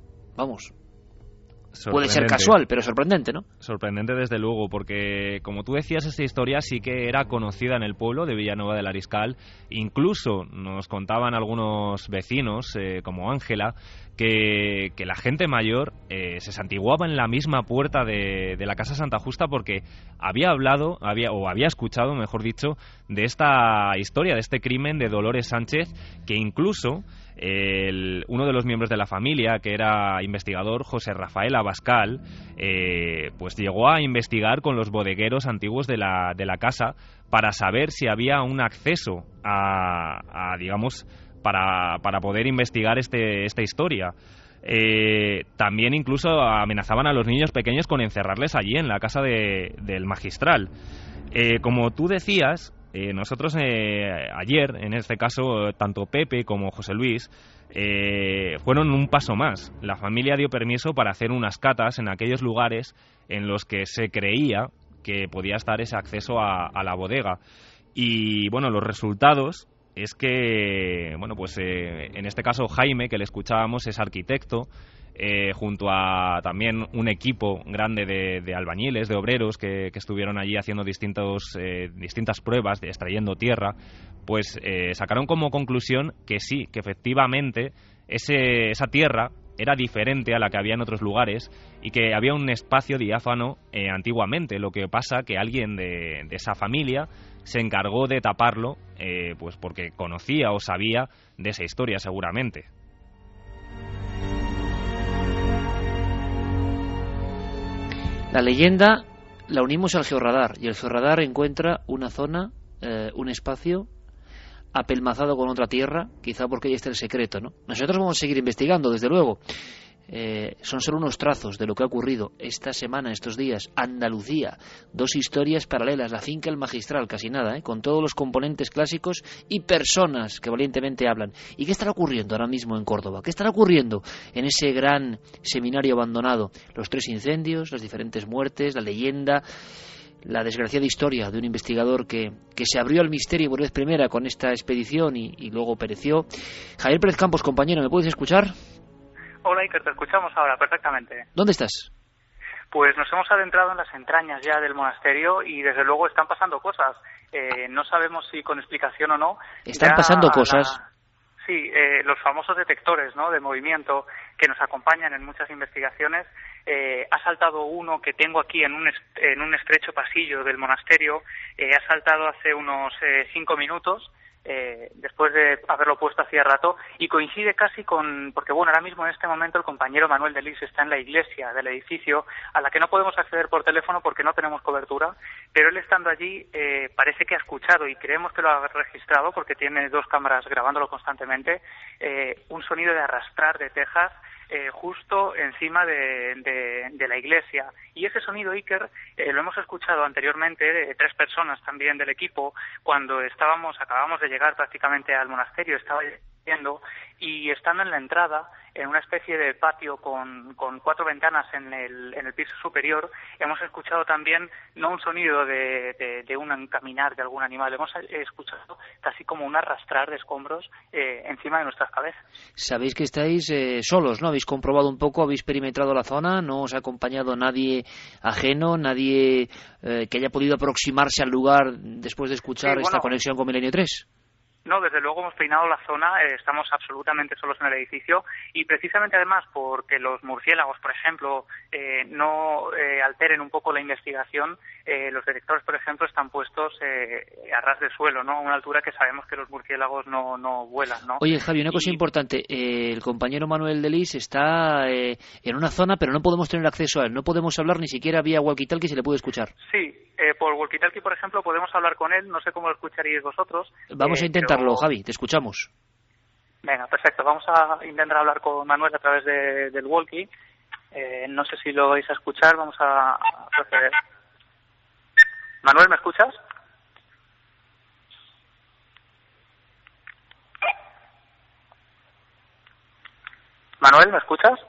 puede ser casual, pero sorprendente, ¿no? Sorprendente desde luego, porque como tú decías, esta historia sí que era conocida en el pueblo de Villanueva del Ariscal. Incluso nos contaban algunos vecinos, como Ángela, que la gente mayor se santiguaba en la misma puerta de la Casa Santa Justa porque había escuchado, mejor dicho, de esta historia, de este crimen de Dolores Sánchez, que incluso uno de los miembros de la familia, que era investigador, José Rafael Abascal, pues llegó a investigar con los bodegueros antiguos de la casa para saber si había un acceso digamos, para poder investigar esta historia. También incluso amenazaban a los niños pequeños con encerrarles allí en la casa del magistral. Como tú decías, nosotros ayer, en este caso, tanto Pepe como José Luis fueron un paso más. La familia dio permiso para hacer unas catas en aquellos lugares en los que se creía que podía estar ese acceso a la bodega. Y bueno, los resultados es que, bueno, pues en este caso Jaime, que le escuchábamos, es arquitecto, junto a también un equipo grande de albañiles, de obreros que estuvieron allí haciendo distintas pruebas, extrayendo tierra, pues sacaron como conclusión que sí, que efectivamente esa tierra era diferente a la que había en otros lugares y que había un espacio diáfano antiguamente. Lo que pasa que alguien de esa familia se encargó de taparlo, pues porque conocía o sabía de esa historia seguramente. La leyenda la unimos al georradar y el georradar encuentra una zona, un espacio apelmazado con otra tierra, quizá porque ahí está el secreto, ¿no? Nosotros vamos a seguir investigando, desde luego. Son solo unos trazos de lo que ha ocurrido esta semana, estos días. Andalucía, 2 historias paralelas, la finca El Magistral, casi nada, con todos los componentes clásicos y personas que valientemente hablan. ¿Y qué estará ocurriendo ahora mismo en Córdoba? ¿Qué estará ocurriendo en ese gran seminario abandonado? Los 3 incendios, las diferentes muertes, la leyenda, la desgraciada historia de un investigador que se abrió al misterio por vez primera con esta expedición y luego pereció. Javier Pérez Campos, compañero, ¿me puedes escuchar? Hola Iker, te escuchamos ahora perfectamente. ¿Dónde estás? Pues nos hemos adentrado en las entrañas ya del monasterio y desde luego están pasando cosas. No sabemos si con explicación o no. ¿Están pasando cosas? Sí, los famosos detectores, ¿no?, de movimiento que nos acompañan en muchas investigaciones. Ha saltado uno que tengo aquí en un estrecho pasillo del monasterio. Ha saltado hace unos 5 minutos. Después de haberlo puesto hacía rato, y coincide casi porque bueno, ahora mismo en este momento el compañero Manuel de Lis está en la iglesia del edificio, a la que no podemos acceder por teléfono porque no tenemos cobertura, pero él estando allí parece que ha escuchado, y creemos que lo ha registrado porque tiene 2 cámaras grabándolo constantemente, un sonido de arrastrar de tejas justo encima de la iglesia. Y ese sonido, Iker, lo hemos escuchado anteriormente de 3 personas también del equipo cuando acabamos de llegar prácticamente al monasterio, estaba lloviendo, y estando en la entrada, en una especie de patio con 4 ventanas en el piso superior, hemos escuchado también no un sonido de un caminar de algún animal, hemos escuchado casi como un arrastrar de escombros encima de nuestras cabezas. Sabéis que estáis solos, ¿no? Habéis comprobado un poco, habéis perimetrado la zona, no os ha acompañado nadie ajeno, nadie que haya podido aproximarse al lugar después de escuchar esta conexión con Milenio 3. No, desde luego hemos peinado la zona, estamos absolutamente solos en el edificio, y precisamente además porque los murciélagos, por ejemplo, no alteren un poco la investigación, los detectores, por ejemplo, están puestos a ras de suelo, ¿no?, a una altura que sabemos que los murciélagos no vuelan, ¿no? Oye, Javi, una cosa importante, el compañero Manuel de Lis está en una zona, pero no podemos tener acceso a él, no podemos hablar ni siquiera vía walkie-talkie, se le puede escuchar. Sí, por walkie-talkie, por ejemplo, podemos hablar con él, no sé cómo lo escucharíais vosotros. Vamos a intentarlo, Javi, te escuchamos. Venga, perfecto, vamos a intentar hablar con Manuel a través del walkie. No sé si lo vais a escuchar, vamos a proceder. Manuel, ¿me escuchas? Manuel, ¿me escuchas?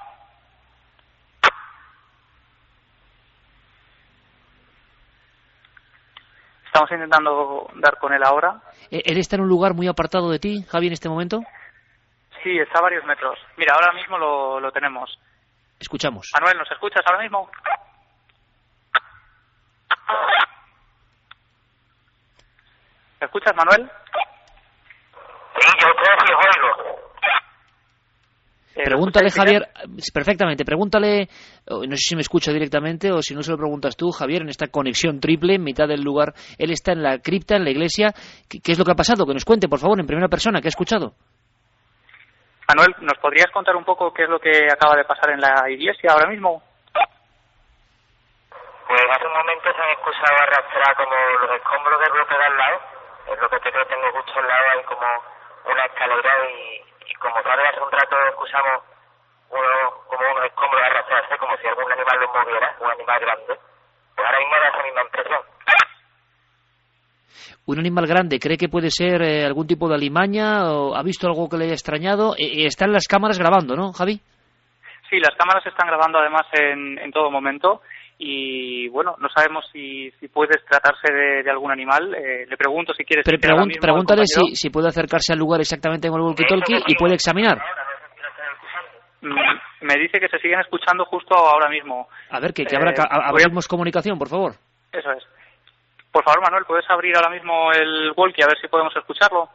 Estamos intentando dar con él ahora. ¿Él está en un lugar muy apartado de ti, Javi, en este momento? Sí, está a varios metros. Mira, ahora mismo lo tenemos. Escuchamos. Manuel, ¿nos escuchas ahora mismo? ¿Me escuchas, Manuel? Sí, yo sí oigo. Pregúntale, Javier, perfectamente, pregúntale, no sé si me escucha directamente o si no se lo preguntas tú, Javier, en esta conexión triple en mitad del lugar. Él está en la cripta, en la iglesia. ¿Qué es lo que ha pasado? Que nos cuente, por favor, en primera persona, ¿qué ha escuchado? Manuel, ¿nos podrías contar un poco qué es lo que acaba de pasar en la iglesia ahora mismo? Pues hace un momento se han escuchado arrastrar como los escombros del bloque de al lado. Es lo que tengo justo al lado, hay como una escalera y como tal hace un rato escuchamos como unos escombros arrastrarse como si algún animal los moviera, un animal grande. Pues ahora mismo da esa misma impresión. Un animal grande, ¿cree que puede ser algún tipo de alimaña o ha visto algo que le haya extrañado? Están las cámaras grabando, ¿no, Javi? Sí, las cámaras están grabando además en todo momento y bueno, no sabemos si puede tratarse de algún animal. Le pregunto si quieres... Pero pregúntale si puede acercarse al lugar exactamente con el walkie-talkie y puede examinar. Me dice que se siguen escuchando justo ahora mismo. A ver, que abrimos comunicación, por favor. Eso es. Por favor, Manuel, ¿puedes abrir ahora mismo el walkie a ver si podemos escucharlo?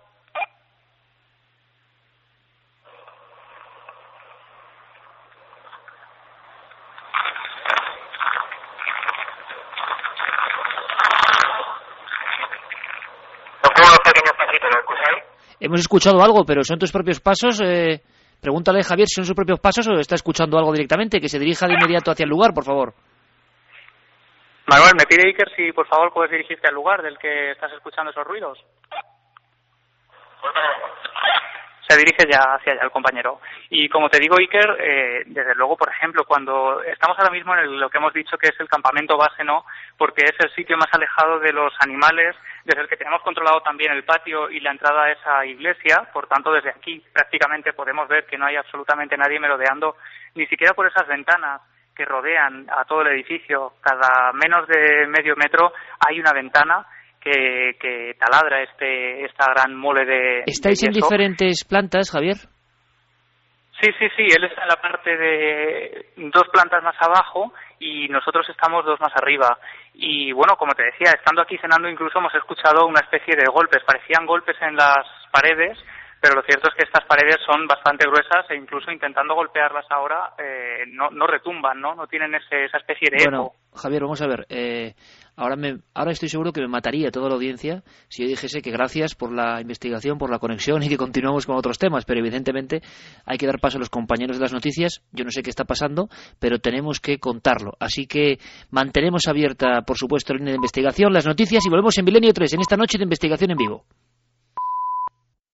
Hemos escuchado algo, pero ¿son tus propios pasos? Pregúntale, Javier, si son sus propios pasos o está escuchando algo directamente. Que se dirija de inmediato hacia el lugar, por favor. Manuel, me pide Iker si por favor puedes dirigirte al lugar del que estás escuchando esos ruidos. Se dirige ya hacia allá el compañero. Y como te digo, Iker, desde luego, por ejemplo, cuando estamos ahora mismo en lo que hemos dicho que es el campamento base, ¿no? Porque es el sitio más alejado de los animales, desde el que tenemos controlado también el patio y la entrada a esa iglesia. Por tanto, desde aquí prácticamente podemos ver que no hay absolutamente nadie merodeando, ni siquiera por esas ventanas que rodean a todo el edificio. Cada menos de medio metro hay una ventana que taladra esta gran mole de... ¿Estáis en diferentes plantas, Javier? Sí, él está en la parte de 2 plantas más abajo y nosotros estamos 2 más arriba. Y bueno, como te decía, estando aquí cenando incluso hemos escuchado una especie de golpes. Parecían golpes en las paredes, pero lo cierto es que estas paredes son bastante gruesas e incluso intentando golpearlas ahora no retumban, no tienen esa especie de eco. Bueno, Javier, vamos a ver. Ahora estoy seguro que me mataría toda la audiencia si yo dijese que gracias por la investigación, por la conexión y que continuamos con otros temas, pero evidentemente hay que dar paso a los compañeros de las noticias. Yo no sé qué está pasando, pero tenemos que contarlo. Así que mantenemos abierta, por supuesto, la línea de investigación, las noticias y volvemos en Milenio 3 en esta noche de investigación en vivo.